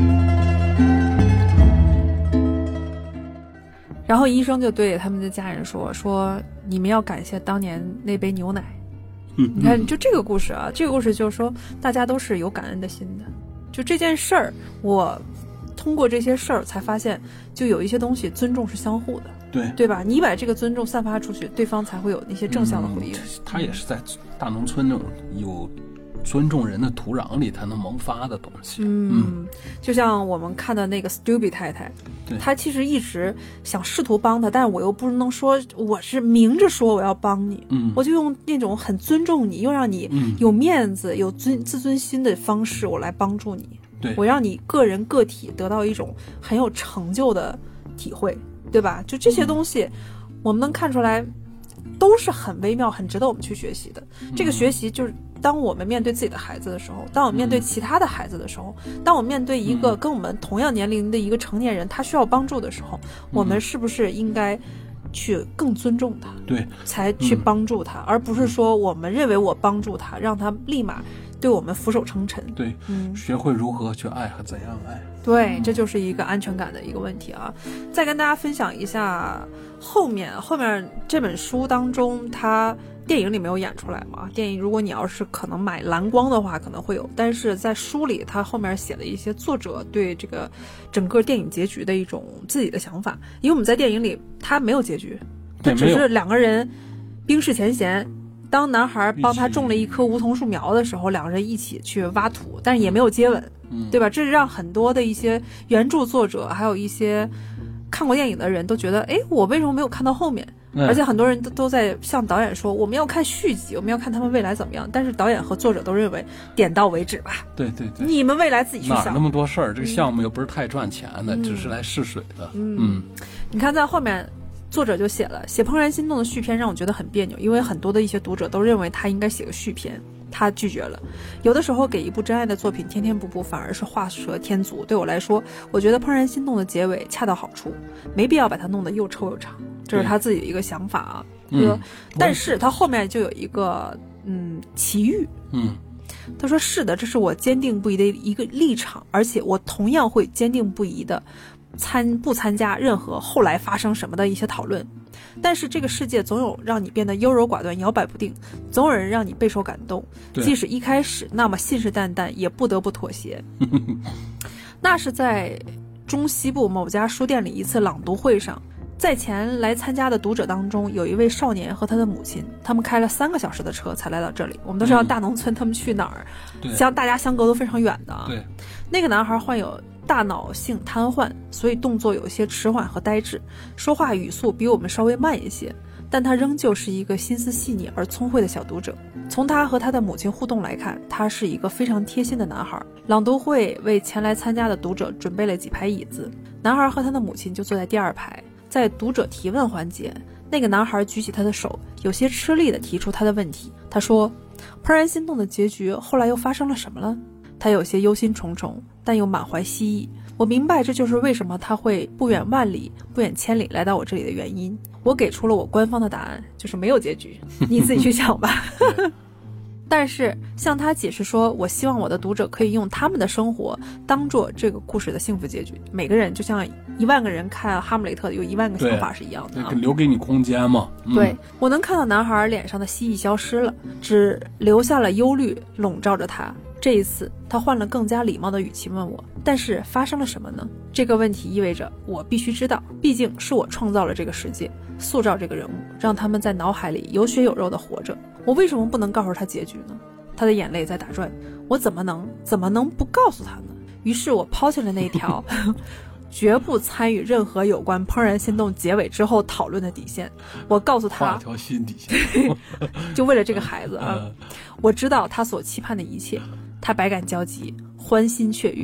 然后医生就对他们的家人说：“说你们要感谢当年那杯牛奶。”你看，就这个故事啊，这个故事就是说，大家都是有感恩的心的。就这件事儿，我通过这些事儿才发现，就有一些东西，尊重是相互的， 对对吧？你把这个尊重散发出去，对方才会有那些正向的回应。 嗯、他也是在大农村那种有尊重人的土壤里才能萌发的东西。 嗯，嗯就像我们看的那个 Stubby 太太，她其实一直想试图帮他，但是我又不能说我是明着说我要帮你， 嗯， 我就用那种很尊重你，又让你有面子、嗯、有尊自尊心的方式，我来帮助你。 对， 我让你个人个体得到一种很有成就的体会，对吧？就这些东西，嗯、我们能看出来，都是很微妙、很值得我们去学习的。嗯、这个学习就是。当我们面对自己的孩子的时候，当我们面对其他的孩子的时候，嗯、当我们面对一个跟我们同样年龄的一个成年人，他需要帮助的时候，嗯、我们是不是应该去更尊重他， 对， 才去帮助他，嗯、而不是说我们认为我帮助他，让他立马对我们俯首称臣。 对，嗯，学会如何去爱和怎样爱。 对，这就是一个安全感的一个问题啊。再跟大家分享一下后面后面这本书当中，它电影里没有演出来嘛？电影如果你要是可能买蓝光的话，可能会有，但是在书里，他后面写了一些作者对这个整个电影结局的一种自己的想法。因为我们在电影里，他没有结局，他只是两个人冰释前嫌。当男孩帮他种了一棵梧桐树苗的时候，两个人一起去挖土，但是也没有接吻， 嗯、 对吧？这是让很多的一些原著作者，还有一些看过电影的人都觉得，哎，我为什么没有看到后面？ 嗯、 而且很多人都都在向导演说，我们要看续集，我们要看他们未来怎么样。但是导演和作者都认为，点到为止吧。 对对对， 你们未来自己去想。 哪那么多事儿？这个项目又不是太赚钱的， 嗯、 只是来试水的。 嗯，嗯你看在后面。作者就写了写《怦然心动》的续篇，让我觉得很别扭，因为很多的一些读者都认为他应该写个续篇，他拒绝了。有的时候给一部真爱的作品添添补补，反而是画蛇添足。对我来说，我觉得《怦然心动》的结尾恰到好处，没必要把它弄得又臭又长，这是他自己的一个想法啊。 嗯， 但是他后面就有一个嗯奇遇， 嗯， 他说是的，这是我坚定不移的一个立场，而且我同样会坚定不移的参不参加任何后来发生什么的一些讨论。但是这个世界总有让你变得优柔寡断、摇摆不定，总有人让你备受感动，即使一开始那么信誓旦旦，也不得不妥协。那是在中西部某家书店里一次朗读会上，在前来参加的读者当中，有一位少年和他的母亲，他们开了三个小时的车才来到这里。我们都知道大农村他们去哪儿， 嗯、 相大家相隔都非常远的。 对， 那个男孩患有大脑性瘫痪，所以动作有些迟缓和呆滞，说话语速比我们稍微慢一些，但他仍旧是一个心思细腻而聪慧的小读者。从他和他的母亲互动来看，他是一个非常贴心的男孩。朗读会为前来参加的读者准备了几排椅子，男孩和他的母亲就坐在第二排。在读者提问环节，那个男孩举起他的手，有些吃力地提出他的问题。他说，怦然心动的结局后来又发生了什么了？他有些忧心忡忡，但又满怀希意。我明白这就是为什么他会不远万里不远千里来到我这里的原因。我给出了我官方的答案，就是没有结局，你自己去想吧。但是向他解释说，我希望我的读者可以用他们的生活当做这个故事的幸福结局。每个人就像一万个人看哈姆雷特有一万个想法是一样的、啊、 留给你空间嘛、 嗯、对，我能看到男孩脸上的希冀消失了，只留下了忧虑笼罩着他。这一次他换了更加礼貌的语气问我，但是发生了什么呢？这个问题意味着我必须知道，毕竟是我创造了这个世界，塑造这个人物，让他们在脑海里有血有肉的活着。我为什么不能告诉他结局呢？他的眼泪在打转，我怎么能怎么能不告诉他呢？于是我抛弃了那条绝不参与任何有关怦然心动结尾之后讨论的底线。我告诉他， 画条新底线就为了这个孩子啊，我知道他所期盼的一切，他百感交集，欢欣雀跃，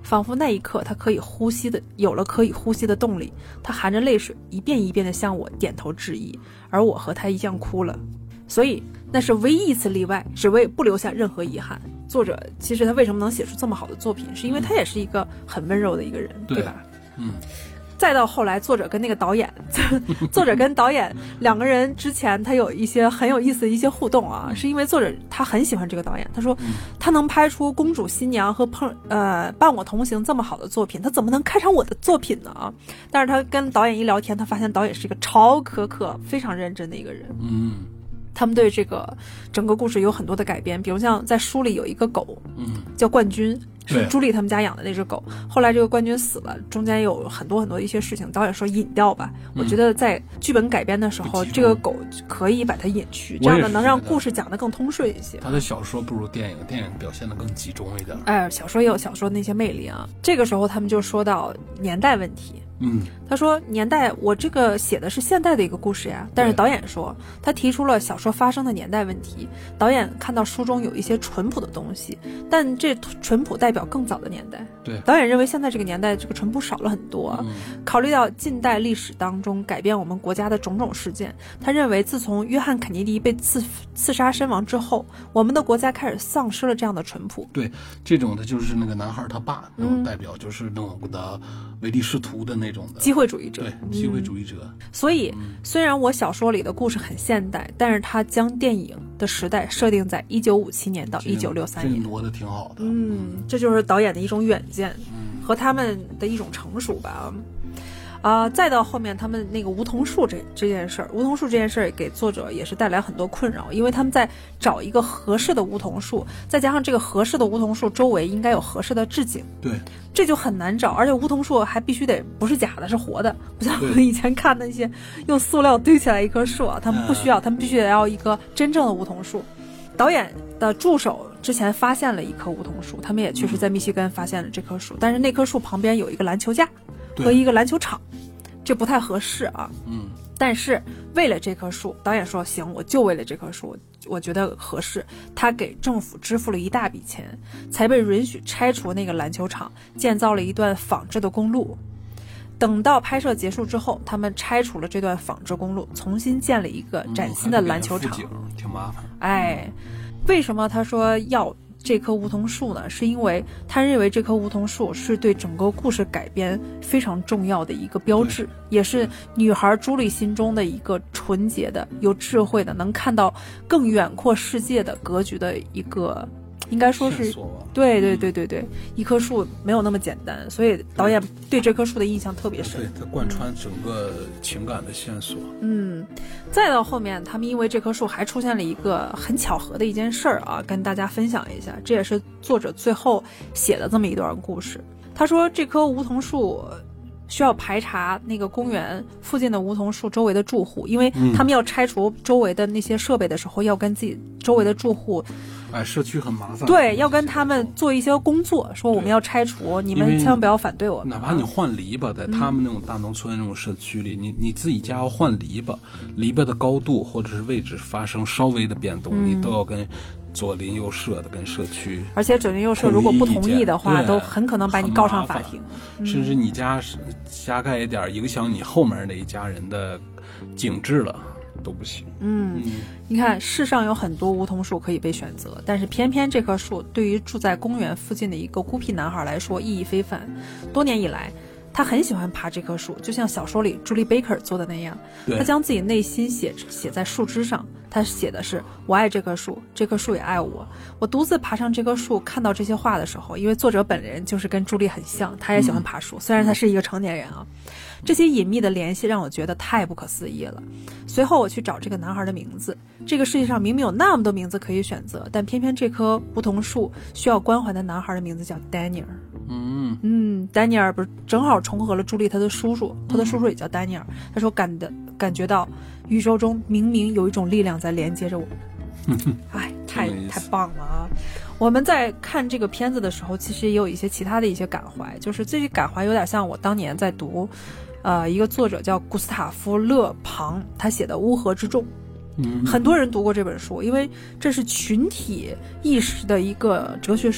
仿佛那一刻他可以呼吸的有了可以呼吸的动力，他含着泪水一遍一遍地向我点头致意，而我和他一样哭了。所以那是唯一一次例外，只为不留下任何遗憾。作者其实他为什么能写出这么好的作品，是因为他也是一个很温柔的一个人， 对, 对吧？ 嗯。 再到后来，作者跟那个导演，作者跟导演两个人之前他有一些很有意思的一些互动啊，是因为作者他很喜欢这个导演，他说他能拍出公主新娘和碰呃伴我同行这么好的作品，他怎么能看上我的作品呢啊？但是他跟导演一聊天，他发现导演是一个超苛刻、非常认真的一个人。 嗯。 他们对这个整个故事有很多的改编，比如像在书里有一个狗， 嗯， 叫冠军，是朱莉他们家养的那只狗。后来这个冠军死了，中间有很多很多一些事情，导演说隐掉吧。嗯、我觉得在剧本改编的时候，这个狗可以把它隐去，这样的能让故事讲得更通顺一些。 他的小说不如电影，电影表现得更集中一点。 哎，小说也有小说那些魅力啊。这个时候他们就说到年代问题。 嗯， 他说年代，我这个写的是现代的一个故事呀，但是导演说他提出了小说发生的年代问题。导演看到书中有一些淳朴的东西，但这淳朴代表更早的年代。 对， 导演认为现在这个年代这个淳朴少了很多。 嗯、 考虑到近代历史当中改变我们国家的种种事件，他认为自从约翰肯尼迪被刺刺杀身亡之后，我们的国家开始丧失了这样的淳朴。 对，这种的就是那个男孩他爸那种代表，嗯、就是那种的唯利是图的那种的机会主义者。 对，机会主义者。 嗯、所以，嗯、虽然我小说里的故事很现代，但是他将电影的时代设定在一九五七年到一九六三年， 这挪得挺好的。 嗯，这就是导演的一种远见，嗯、和他们的一种成熟吧。啊、呃，再到后面他们那个梧桐树这这件事儿，梧桐树这件事儿给作者也是带来很多困扰，因为他们在找一个合适的梧桐树，再加上这个合适的梧桐树周围应该有合适的置景， 对， 这就很难找，而且梧桐树还必须得不是假的，是活的，不像我们以前看那些用塑料堆起来一棵树啊，他们不需要，他们必须得要一棵真正的梧桐树。导演的助手之前发现了一棵梧桐树，他们也确实在密西根发现了这棵树，但是那棵树旁边有一个篮球架和一个篮球场，这不太合适啊。 嗯， 但是为了这棵树，导演说行，我就为了这棵树，我觉得合适。他给政府支付了一大笔钱，才被允许拆除那个篮球场，建造了一段仿制的公路。等到拍摄结束之后，他们拆除了这段仿制公路，重新建了一个崭新的篮球场。 嗯、挺麻烦。 哎，为什么他说要这棵梧桐树呢？是因为他认为这棵梧桐树是对整个故事改编非常重要的一个标志，也是女孩朱莉心中的一个纯洁的、有智慧的、能看到更远阔世界的格局的一个，应该说是对对对对对，一棵树没有那么简单，所以导演对这棵树的印象特别深。 对，它贯穿整个情感的线索。 嗯，再到后面，他们因为这棵树还出现了一个很巧合的一件事儿啊，跟大家分享一下，这也是作者最后写的这么一段故事。他说，这棵梧桐树需要排查那个公园附近的梧桐树周围的住户，因为他们要拆除周围的那些设备的时候，要跟自己周围的住户。 哎，社区很麻烦。 对，要跟他们做一些工作，说我们要拆除，你们千万不要反对我们。 哪怕你换篱笆，在他们那种大农村那种社区里，嗯、你你自己家要换篱笆，篱笆的高度或者是位置发生稍微的变动，嗯、你都要跟左邻右舍的跟社区。 而且左邻右舍如果不同意的话，都很可能把你告上法庭。 嗯、甚至你家是加盖一点，影响你后面那一家人的景致了。都不行。 嗯，你看世上有很多梧桐树可以被选择，但是偏偏这棵树对于住在公园附近的一个孤僻男孩来说意义非凡。多年以来，他很喜欢爬这棵树，就像小说里朱莉贝克做的那样，他将自己内心写写在树枝上。他写的是我爱这棵树，这棵树也爱我。我独自爬上这棵树，看到这些话的时候，因为作者本人就是跟朱莉很像，他也喜欢爬树，嗯、虽然他是一个成年人啊。这些隐秘的联系让我觉得太不可思议了。随后我去找这个男孩的名字，这个世界上明明有那么多名字可以选择，但偏偏这棵梧桐树需要关怀的男孩的名字叫丹尼尔。 嗯嗯，丹尼尔不是正好重合了朱莉他的叔叔，他的叔叔也叫丹尼尔。他说感的感觉到宇宙中明明有一种力量在连接着我。哎，太太棒了啊！我们在看这个片子的时候，其实也有一些其他的一些感怀，就是这些感怀有点像我当年在读，呃，一个作者叫古斯塔夫·勒庞他写的《乌合之众》。 嗯， 很多人读过这本书，因为这是群体意识的一个哲学书。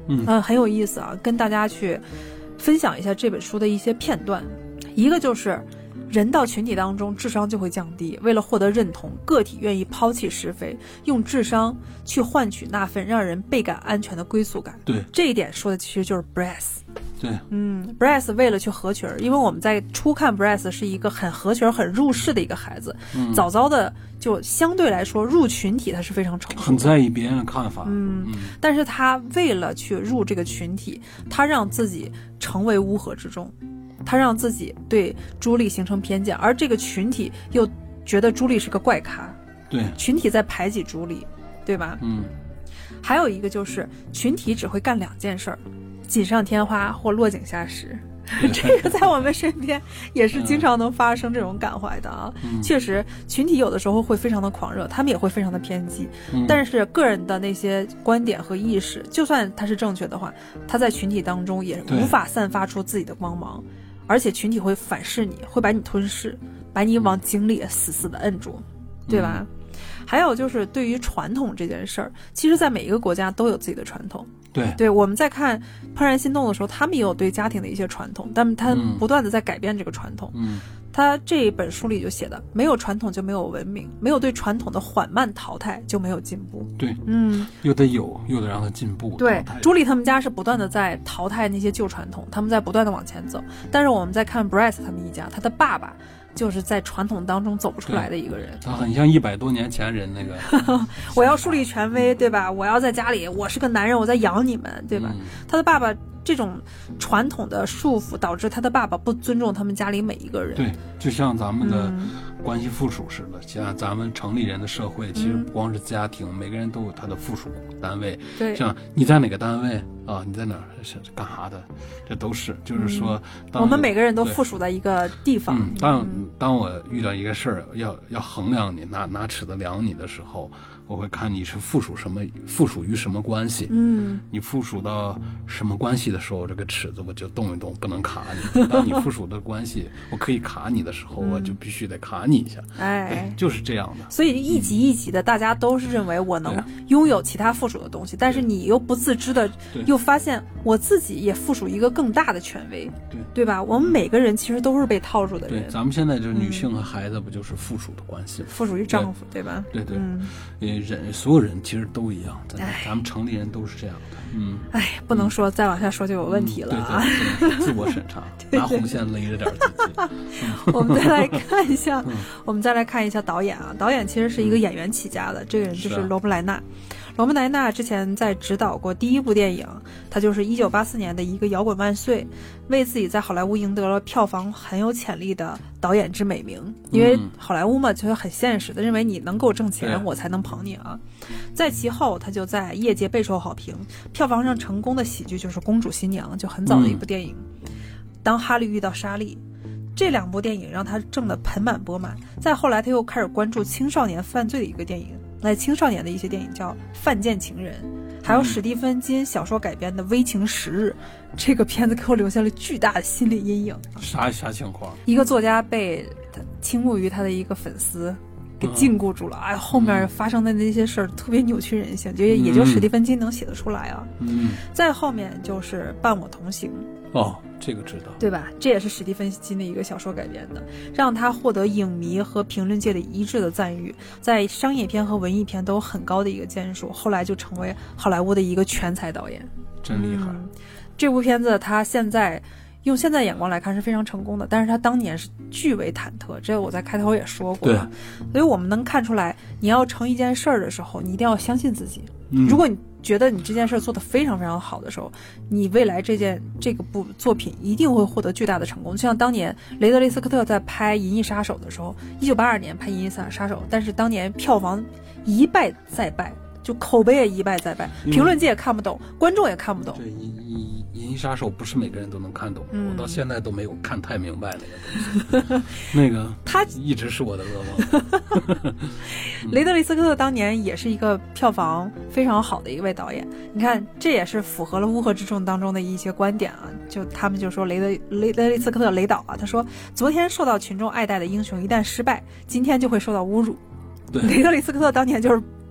嗯、 呃、很有意思啊，跟大家去分享一下这本书的一些片段。一个就是人到群体当中智商就会降低，为了获得认同，个体愿意抛弃是非，用智商去换取那份让人倍感安全的归宿感。 对， 这一点说的其实就是 Bryce。 对， 嗯 Bryce 为了去合群，因为我们在初看 Bryce 是一个很合群很入世的一个孩子，嗯、早早的就相对来说入群体他是非常成熟的， 很在意别人的看法。 嗯，嗯但是他为了去入这个群体，他让自己成为乌合之众，他让自己对朱莉形成偏见，而这个群体又觉得朱莉是个怪咖， 对， 群体在排挤朱莉，对吧？ 嗯， 还有一个就是群体只会干两件事儿，锦上添花或落井下石。这个在我们身边也是经常能发生这种感怀的啊。嗯、确实群体有的时候会非常的狂热，他们也会非常的偏激，嗯、但是个人的那些观点和意识就算他是正确的话，他在群体当中也无法散发出自己的光芒，而且群体会反噬你，会把你吞噬，把你往井里死死的摁住，对吧？嗯、还有就是对于传统这件事儿，其实在每一个国家都有自己的传统。 对对，我们在看《怦然心动》的时候，他们也有对家庭的一些传统，但他不断的在改变这个传统。嗯，他这本书里就写的，没有传统就没有文明，没有对传统的缓慢淘汰就没有进步。 对， 嗯， 又得有，又得让它进步。 对，朱莉他们家是不断的在淘汰那些旧传统，他们在不断的往前走。但是我们在看 Bryce 他们一家，他的爸爸就是在传统当中走不出来的一个人， 他很像一百多年前人那个我要树立权威，对吧？我要在家里，我是个男人，我在养你们，对吧？嗯、他的爸爸这种传统的束缚导致他的爸爸不尊重他们家里每一个人。 对，就像咱们的关系附属似的，嗯、像咱们城里人的社会，其实不光是家庭，嗯、每个人都有他的附属单位。 对， 像你在哪个单位啊？你在哪儿是干啥的？这都是，就是说， 嗯、我们每个人都附属在一个地方。 嗯、当、嗯、当我遇到一个事儿，要要衡量你，拿拿尺子量你的时候，我会看你是附属什么，附属于什么关系。嗯，你附属到什么关系的时候，这个尺子我就动一动，不能卡你。当你附属的关系我可以卡你的时候，嗯、我就必须得卡你一下。哎，就是这样的。 所以一级一级的，大家都是认为我能拥有其他附属的东西，但是你又不自知的，又发现我自己也附属一个更大的权威， 对对吧？我们每个人其实都是被套住的人。 对，咱们现在就是女性和孩子，不就是附属的关系吗？ 附属于丈夫， 对, 对吧？ 对对，嗯，人所有人其实都一样，咱咱们城里人都是这样的。嗯， 哎，不能说、嗯、再往下说就有问题了啊！ 嗯、对对对，自我审查，拿红线勒着点自己。 嗯、我们再来看一下，嗯、我们再来看一下导演啊，导演其实是一个演员起家的，嗯、这个人就是罗布莱纳。罗布莱纳之前在指导过第一部电影，他就是一九八四年的一个摇滚万岁，为自己在好莱坞赢得了票房很有潜力的导演之美名。因为好莱坞嘛，就是很现实的，认为你能够挣钱，我才能捧你啊。在其后，他就在业界备受好评，票房上成功的喜剧就是《公主新娘》，就很早的一部电影。嗯、当哈利遇到莎莉，这两部电影让他挣得盆满钵满。再后来，他又开始关注青少年犯罪的一个电影。来青少年的一些电影叫《犯贱情人》，还有史蒂芬金小说改编的《危情十日》，这个片子给我留下了巨大的心理阴影。 啥啥情况？ 一个作家被倾慕于他的一个粉丝给禁锢住了，哎、嗯，后面发生的那些事儿特别扭曲人性，就、嗯、也就史蒂芬金能写得出来啊。嗯，再后面就是《伴我同行》。 哦，这个知道， 对吧？这也是史蒂芬金的一个小说改编的，让他获得影迷和评论界的一致的赞誉，在商业片和文艺片都有很高的一个建树，后来就成为好莱坞的一个全才导演， 真厉害。 嗯、这部片子他现在用现在眼光来看是非常成功的，但是他当年是巨为忐忑，这个我在开头也说过了。所以我们能看出来，你要成一件事儿的时候，你一定要相信自己。嗯、如果你觉得你这件事做得非常非常好的时候，你未来这件这个部作品一定会获得巨大的成功。就像当年雷德利·斯科特在拍《银翼杀手》的时候，一九八二年拍《银翼杀手》，但是当年票房一败再败，就口碑也一败再败，评论界也看不懂，观众也看不懂。 对，银银银翼杀手不是每个人都能看懂，嗯、我到现在都没有看太明白那个东西。那个他一直是我的噩梦。 雷德利·斯科特当年也是一个票房非常好的一位导演，你看这也是符合了乌合之众当中的一些观点啊。就他们就说雷德雷德利·斯科特雷导啊，他说昨天受到群众爱戴的英雄一旦失败，今天就会受到侮辱。 对， 雷德利·斯科特当年就是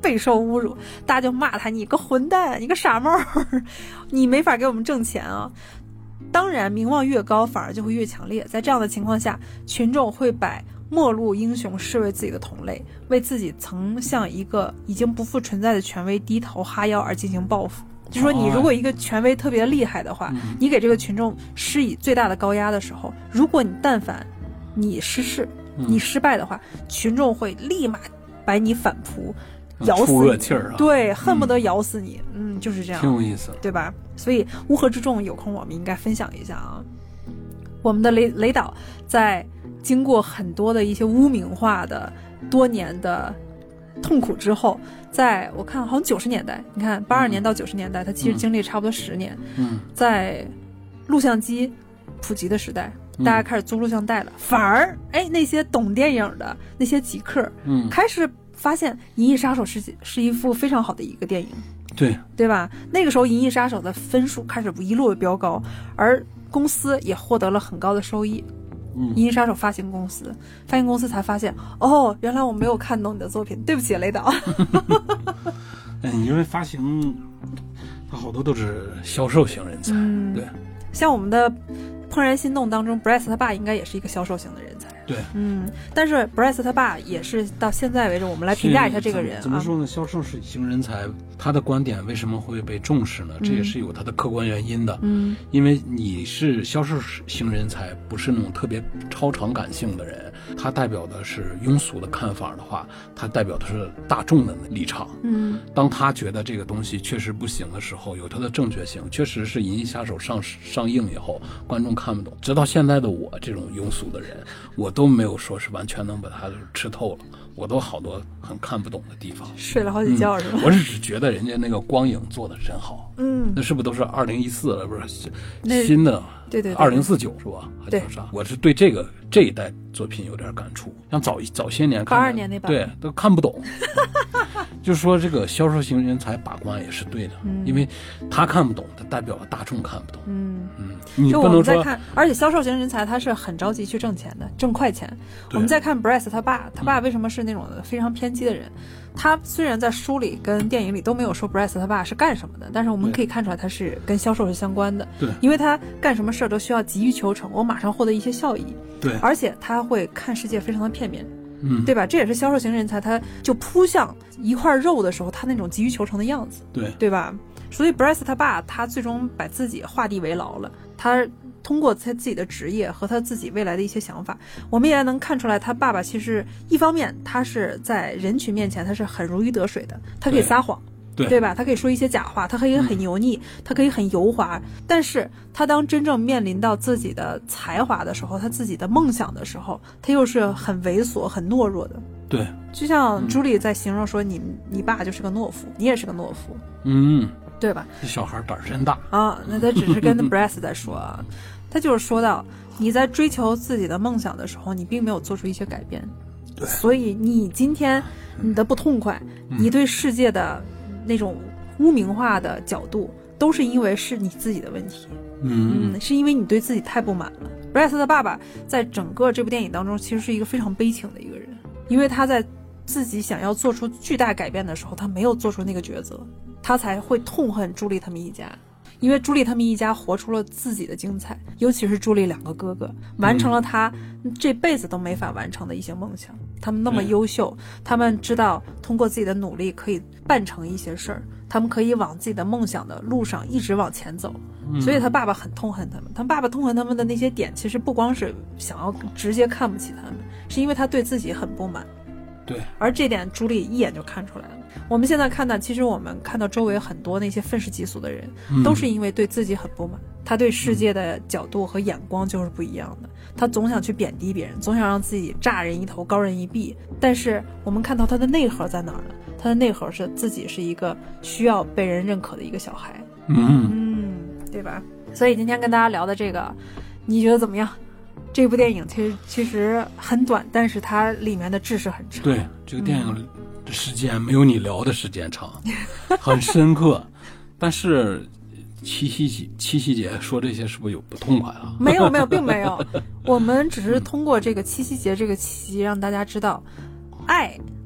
备受侮辱，大家就骂他，你个混蛋，你个傻帽，你没法给我们挣钱啊。当然名望越高反而就会越强烈，在这样的情况下，群众会把末路英雄视为自己的同类，为自己曾向一个已经不复存在的权威低头哈腰而进行报复。就说你如果一个权威特别厉害的话，你给这个群众施以最大的高压的时候，如果你但凡你失势你失败的话，群众会立马把你反扑，咬死你， 出热气儿啊， 对，恨不得咬死你。嗯, 嗯，就是这样， 挺有意思， 对吧？所以乌合之众有空我们应该分享一下啊。我们的雷雷导在经过很多的一些污名化的多年的痛苦之后，在我看好像九十年代，你看八二年到九十年代，他其实经历差不多十年。 嗯，在录像机普及的时代，大家开始租录像带了，嗯、反而哎那些懂电影的那些极客，嗯，开始发现《银翼杀手》是是一部非常好的一个电影， 对对吧？那个时候《银翼杀手》的分数开始一路飙高，而公司也获得了很高的收益。 嗯， 银翼杀手发行公司，发行公司才发现，哦，原来我没有看懂你的作品，对不起，雷导。 嗯，因为发行，他好多都是销售型人才，嗯、对。 像我们的《怦然心动》当中 ，Bryce 他爸应该也是一个销售型的人才。 对， 嗯，但是 Bryce 他爸也是到现在为止，我们来评价一下这个人啊。 怎么说呢？销售型人才，他的观点为什么会被重视呢？这也是有他的客观原因的。嗯，因为你是销售型人才，不是那种特别超常感性的人，他代表的是庸俗的看法的话，他代表的是大众的立场。嗯，当他觉得这个东西确实不行的时候，有它的正确性。确实是《银翼杀手》上上映以后，观众看不懂。直到现在的我这种庸俗的人，我都没有说是完全能把它吃透了，我都好多很看不懂的地方， 睡了好几觉、嗯、是吧？ 我是只觉得人家那个光影做的真好， 嗯， 那是不是都是二零一四了？不是新的， 对对， 二零四九是吧？ 对， 我是对这个这一代作品有点感触，像早早些年八二年那版， 对，都看不懂。就是说这个销售型人才把关也是对的、嗯、因为他看不懂，他代表了大众看不懂。 嗯嗯，你不能说看，而且销售型人才他是很着急去挣钱的，挣快钱。我们再看 Bryce 他爸，他爸为什么是那种非常偏激的人、嗯、他虽然在书里跟电影里都没有说 Bryce 他爸是干什么的，但是我们可以看出来他是跟销售是相关的。 对， 因为他干什么事都需要急于求成，我马上获得一些效益。 对， 而且他会看世界非常的片面，嗯，对吧？这也是销售型人才他就扑向一块肉的时候他那种急于求成的样子， 对对吧？所以 Bryce 他爸他最终把自己画地为牢了，他通过他自己的职业和他自己未来的一些想法，我们也能看出来他爸爸其实一方面他是在人群面前他是很如鱼得水的，他可以撒谎， 对对吧？他可以说一些假话，他可以很油腻、嗯、他可以很油滑，但是他当真正面临到自己的才华的时候，他自己的梦想的时候，他又是很猥琐很懦弱的。 对， 就像朱莉在形容说你、嗯、你爸就是个懦夫，你也是个懦夫， 嗯， 对吧？ 这小孩胆儿真大啊！那他只是跟 Bryce 在说啊，他就是说到你在追求自己的梦想的时候，你并没有做出一些改变， 对， 所以你今天你的不痛快、嗯、你对世界的那种污名化的角度，都是因为是你自己的问题。 嗯嗯，是因为你对自己太不满了。Bryce 的爸爸在整个这部电影当中，其实是一个非常悲情的一个人，因为他在自己想要做出巨大改变的时候，他没有做出那个抉择，他才会痛恨朱莉他们一家。因为朱莉他们一家活出了自己的精彩，尤其是朱莉两个哥哥完成了他这辈子都没法完成的一些梦想。他们那么优秀，他们知道通过自己的努力可以办成一些事儿，他们可以往自己的梦想的路上一直往前走。所以他爸爸很痛恨他们，他爸爸痛恨他们的那些点，其实不光是想要直接看不起他们，是因为他对自己很不满。 对， 而这点朱莉一眼就看出来了。我们现在看到，其实我们看到周围很多那些愤世嫉俗的人、嗯、都是因为对自己很不满，他对世界的角度和眼光就是不一样的，他总想去贬低别人，总想让自己炸人一头高人一臂。但是我们看到他的内核在哪儿呢？他的内核是自己是一个需要被人认可的一个小孩。 嗯嗯，对吧？所以今天跟大家聊的这个，你觉得怎么样？这部电影其实其实很短，但是它里面的知识很长。 对，这个电影的时间没有你聊的时间长，嗯、很深刻。但是七夕节，七夕节说这些是不是有不痛快啊？ 没有没有，并没有。我们只是通过这个七夕节这个契机，让大家知道，爱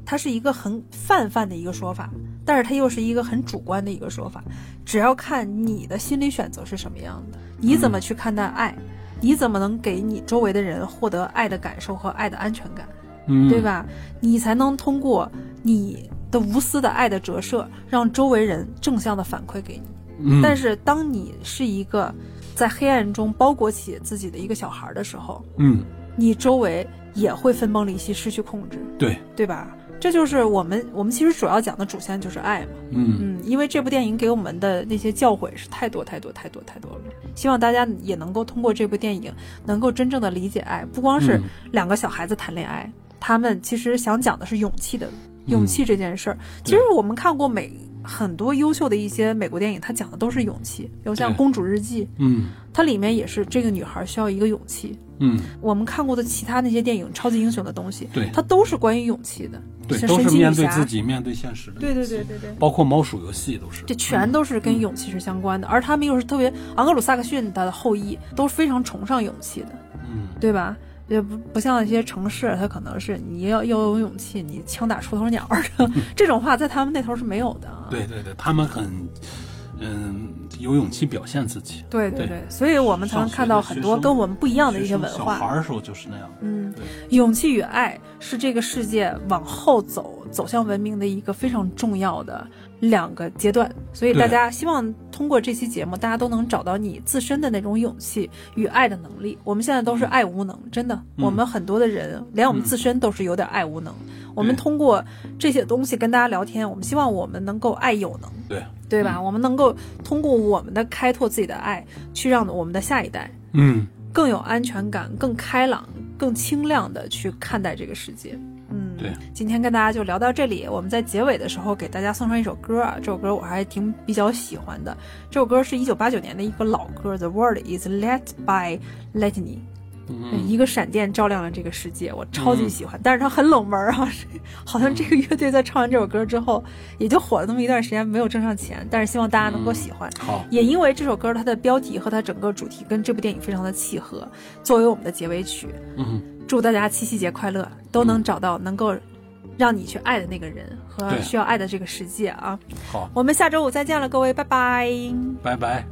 它是一个很泛泛的一个说法，但是它又是一个很主观的一个说法，只要看你的心理选择是什么样的，你怎么去看待爱，嗯、你怎么能给你周围的人获得爱的感受和爱的安全感， 嗯， 对吧？你才能通过你的无私的爱的折射，让周围人正向的反馈给你。 嗯， 但是当你是一个在黑暗中包裹起自己的一个小孩的时候， 嗯， 你周围也会分崩离析，失去控制， 对对吧？这就是我们我们其实主要讲的主线就是爱嘛。 嗯嗯，因为这部电影给我们的那些教诲是太多太多太多太多了。希望大家也能够通过这部电影能够真正的理解爱，不光是两个小孩子谈恋爱，嗯、他们其实想讲的是勇气的勇气这件事儿。嗯、其实我们看过美很多优秀的一些美国电影，它讲的都是勇气，比如像《公主日记》， 嗯， 它里面也是这个女孩需要一个勇气。 嗯， 我们看过的其他那些电影，超级英雄的东西， 对， 它都是关于勇气的， 对，都是面对自己、面对现实的。 对对对对对， 包括猫鼠游戏都是， 这全都是跟勇气是相关的。嗯、而他们又是特别昂格鲁萨克逊的后裔，都是非常崇尚勇气的， 嗯， 对吧？也不不像一些城市，它可能是你要要有勇气，你枪打出头鸟的这种话，在他们那头是没有的。 对对对，他们很嗯有勇气表现自己。 对对 对, 对，所以我们才能看到很多跟我们不一样的一些文化。 小孩的时候就是那样。 嗯，勇气与爱是这个世界往后走走向文明的一个非常重要的两个阶段，所以大家希望通过这期节目，大家都能找到你自身的那种勇气与爱的能力。我们现在都是爱无能，真的， 嗯、 我们很多的人连我们自身都是有点爱无能。嗯、我们通过这些东西跟大家聊天，我们希望我们能够爱有能， 对对吧？嗯、我们能够通过我们的开拓自己的爱，去让我们的下一代， 嗯， 更有安全感、更开朗、更清亮的去看待这个世界。嗯， 对， 今天跟大家就聊到这里。我们在结尾的时候给大家送上一首歌啊，这首歌我还挺比较喜欢的。这首歌是一九八九年的一个老歌 ，The World Is Lit by Lightning。嗯、一个闪电照亮了这个世界，我超级喜欢。嗯、但是它很冷门啊，好像这个乐队在唱完这首歌之后，也就火了那么一段时间，没有挣上钱。但是希望大家能够喜欢。 嗯、好， 也因为这首歌它的标题和它整个主题跟这部电影非常的契合，作为我们的结尾曲。 嗯。 祝大家七夕节快乐，都能找到能够让你去爱的那个人和需要爱的这个世界啊！ 好， 我们下周五再见了，各位，拜拜， 拜拜。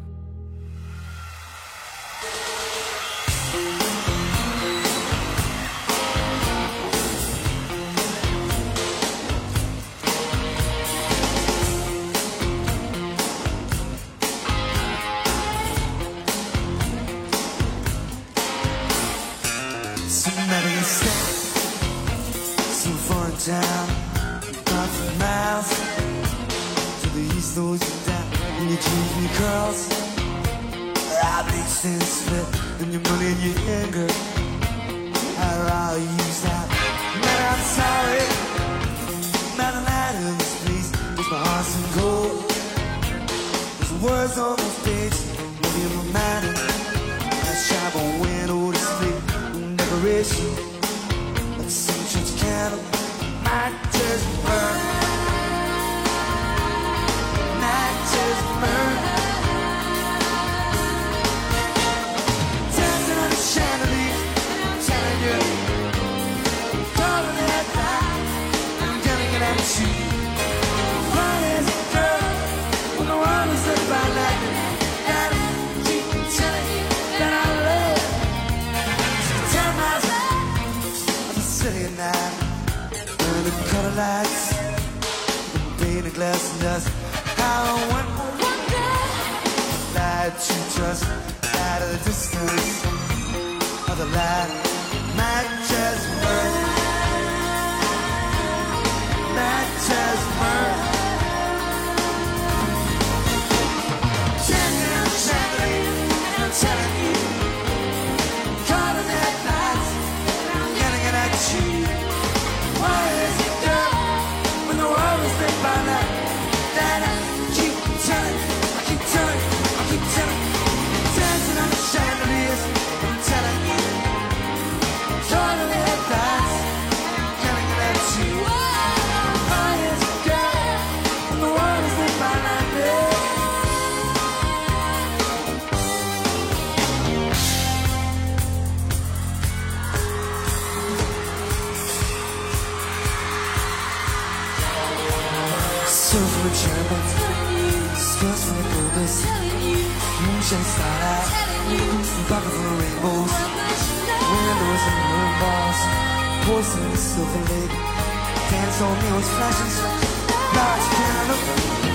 Down, five miles to the east, those down in your jeans and your curls. I'll be sense split and your money and your anger. I'll all use that. Man, I'm sorry. Man, the light of this place is my heart's in gold. There's words on the page, maybe in my mind. I shine on window display, decoration like some church candle. Matches burn, matches burn. Dancing on the chandelier, I'm telling you, I'm calling that light, I'm yelling it at you. Why is it, girl, when the world is lit by lightning, that I keep telling you that I love you. So tell myself, I'm silly at night. The color lights, the painted glass and dust. How I wonder, light you trust out of the distance of the light might just burn, might just burn. Standing on the chandelier, and I'm telling you, caught in that light, I'm yelling it at you. Why is it, girl, when the world is lit by night, that I keep telling, I keep telling, I keep telling, dancing on the chandeliers, I'm telling you, trying to let enchantment, skirts for purpose, moonshine starlight, bucket for rainbows, windows and moon bars, porcelain silver lake, dance on me with flashes, large candle.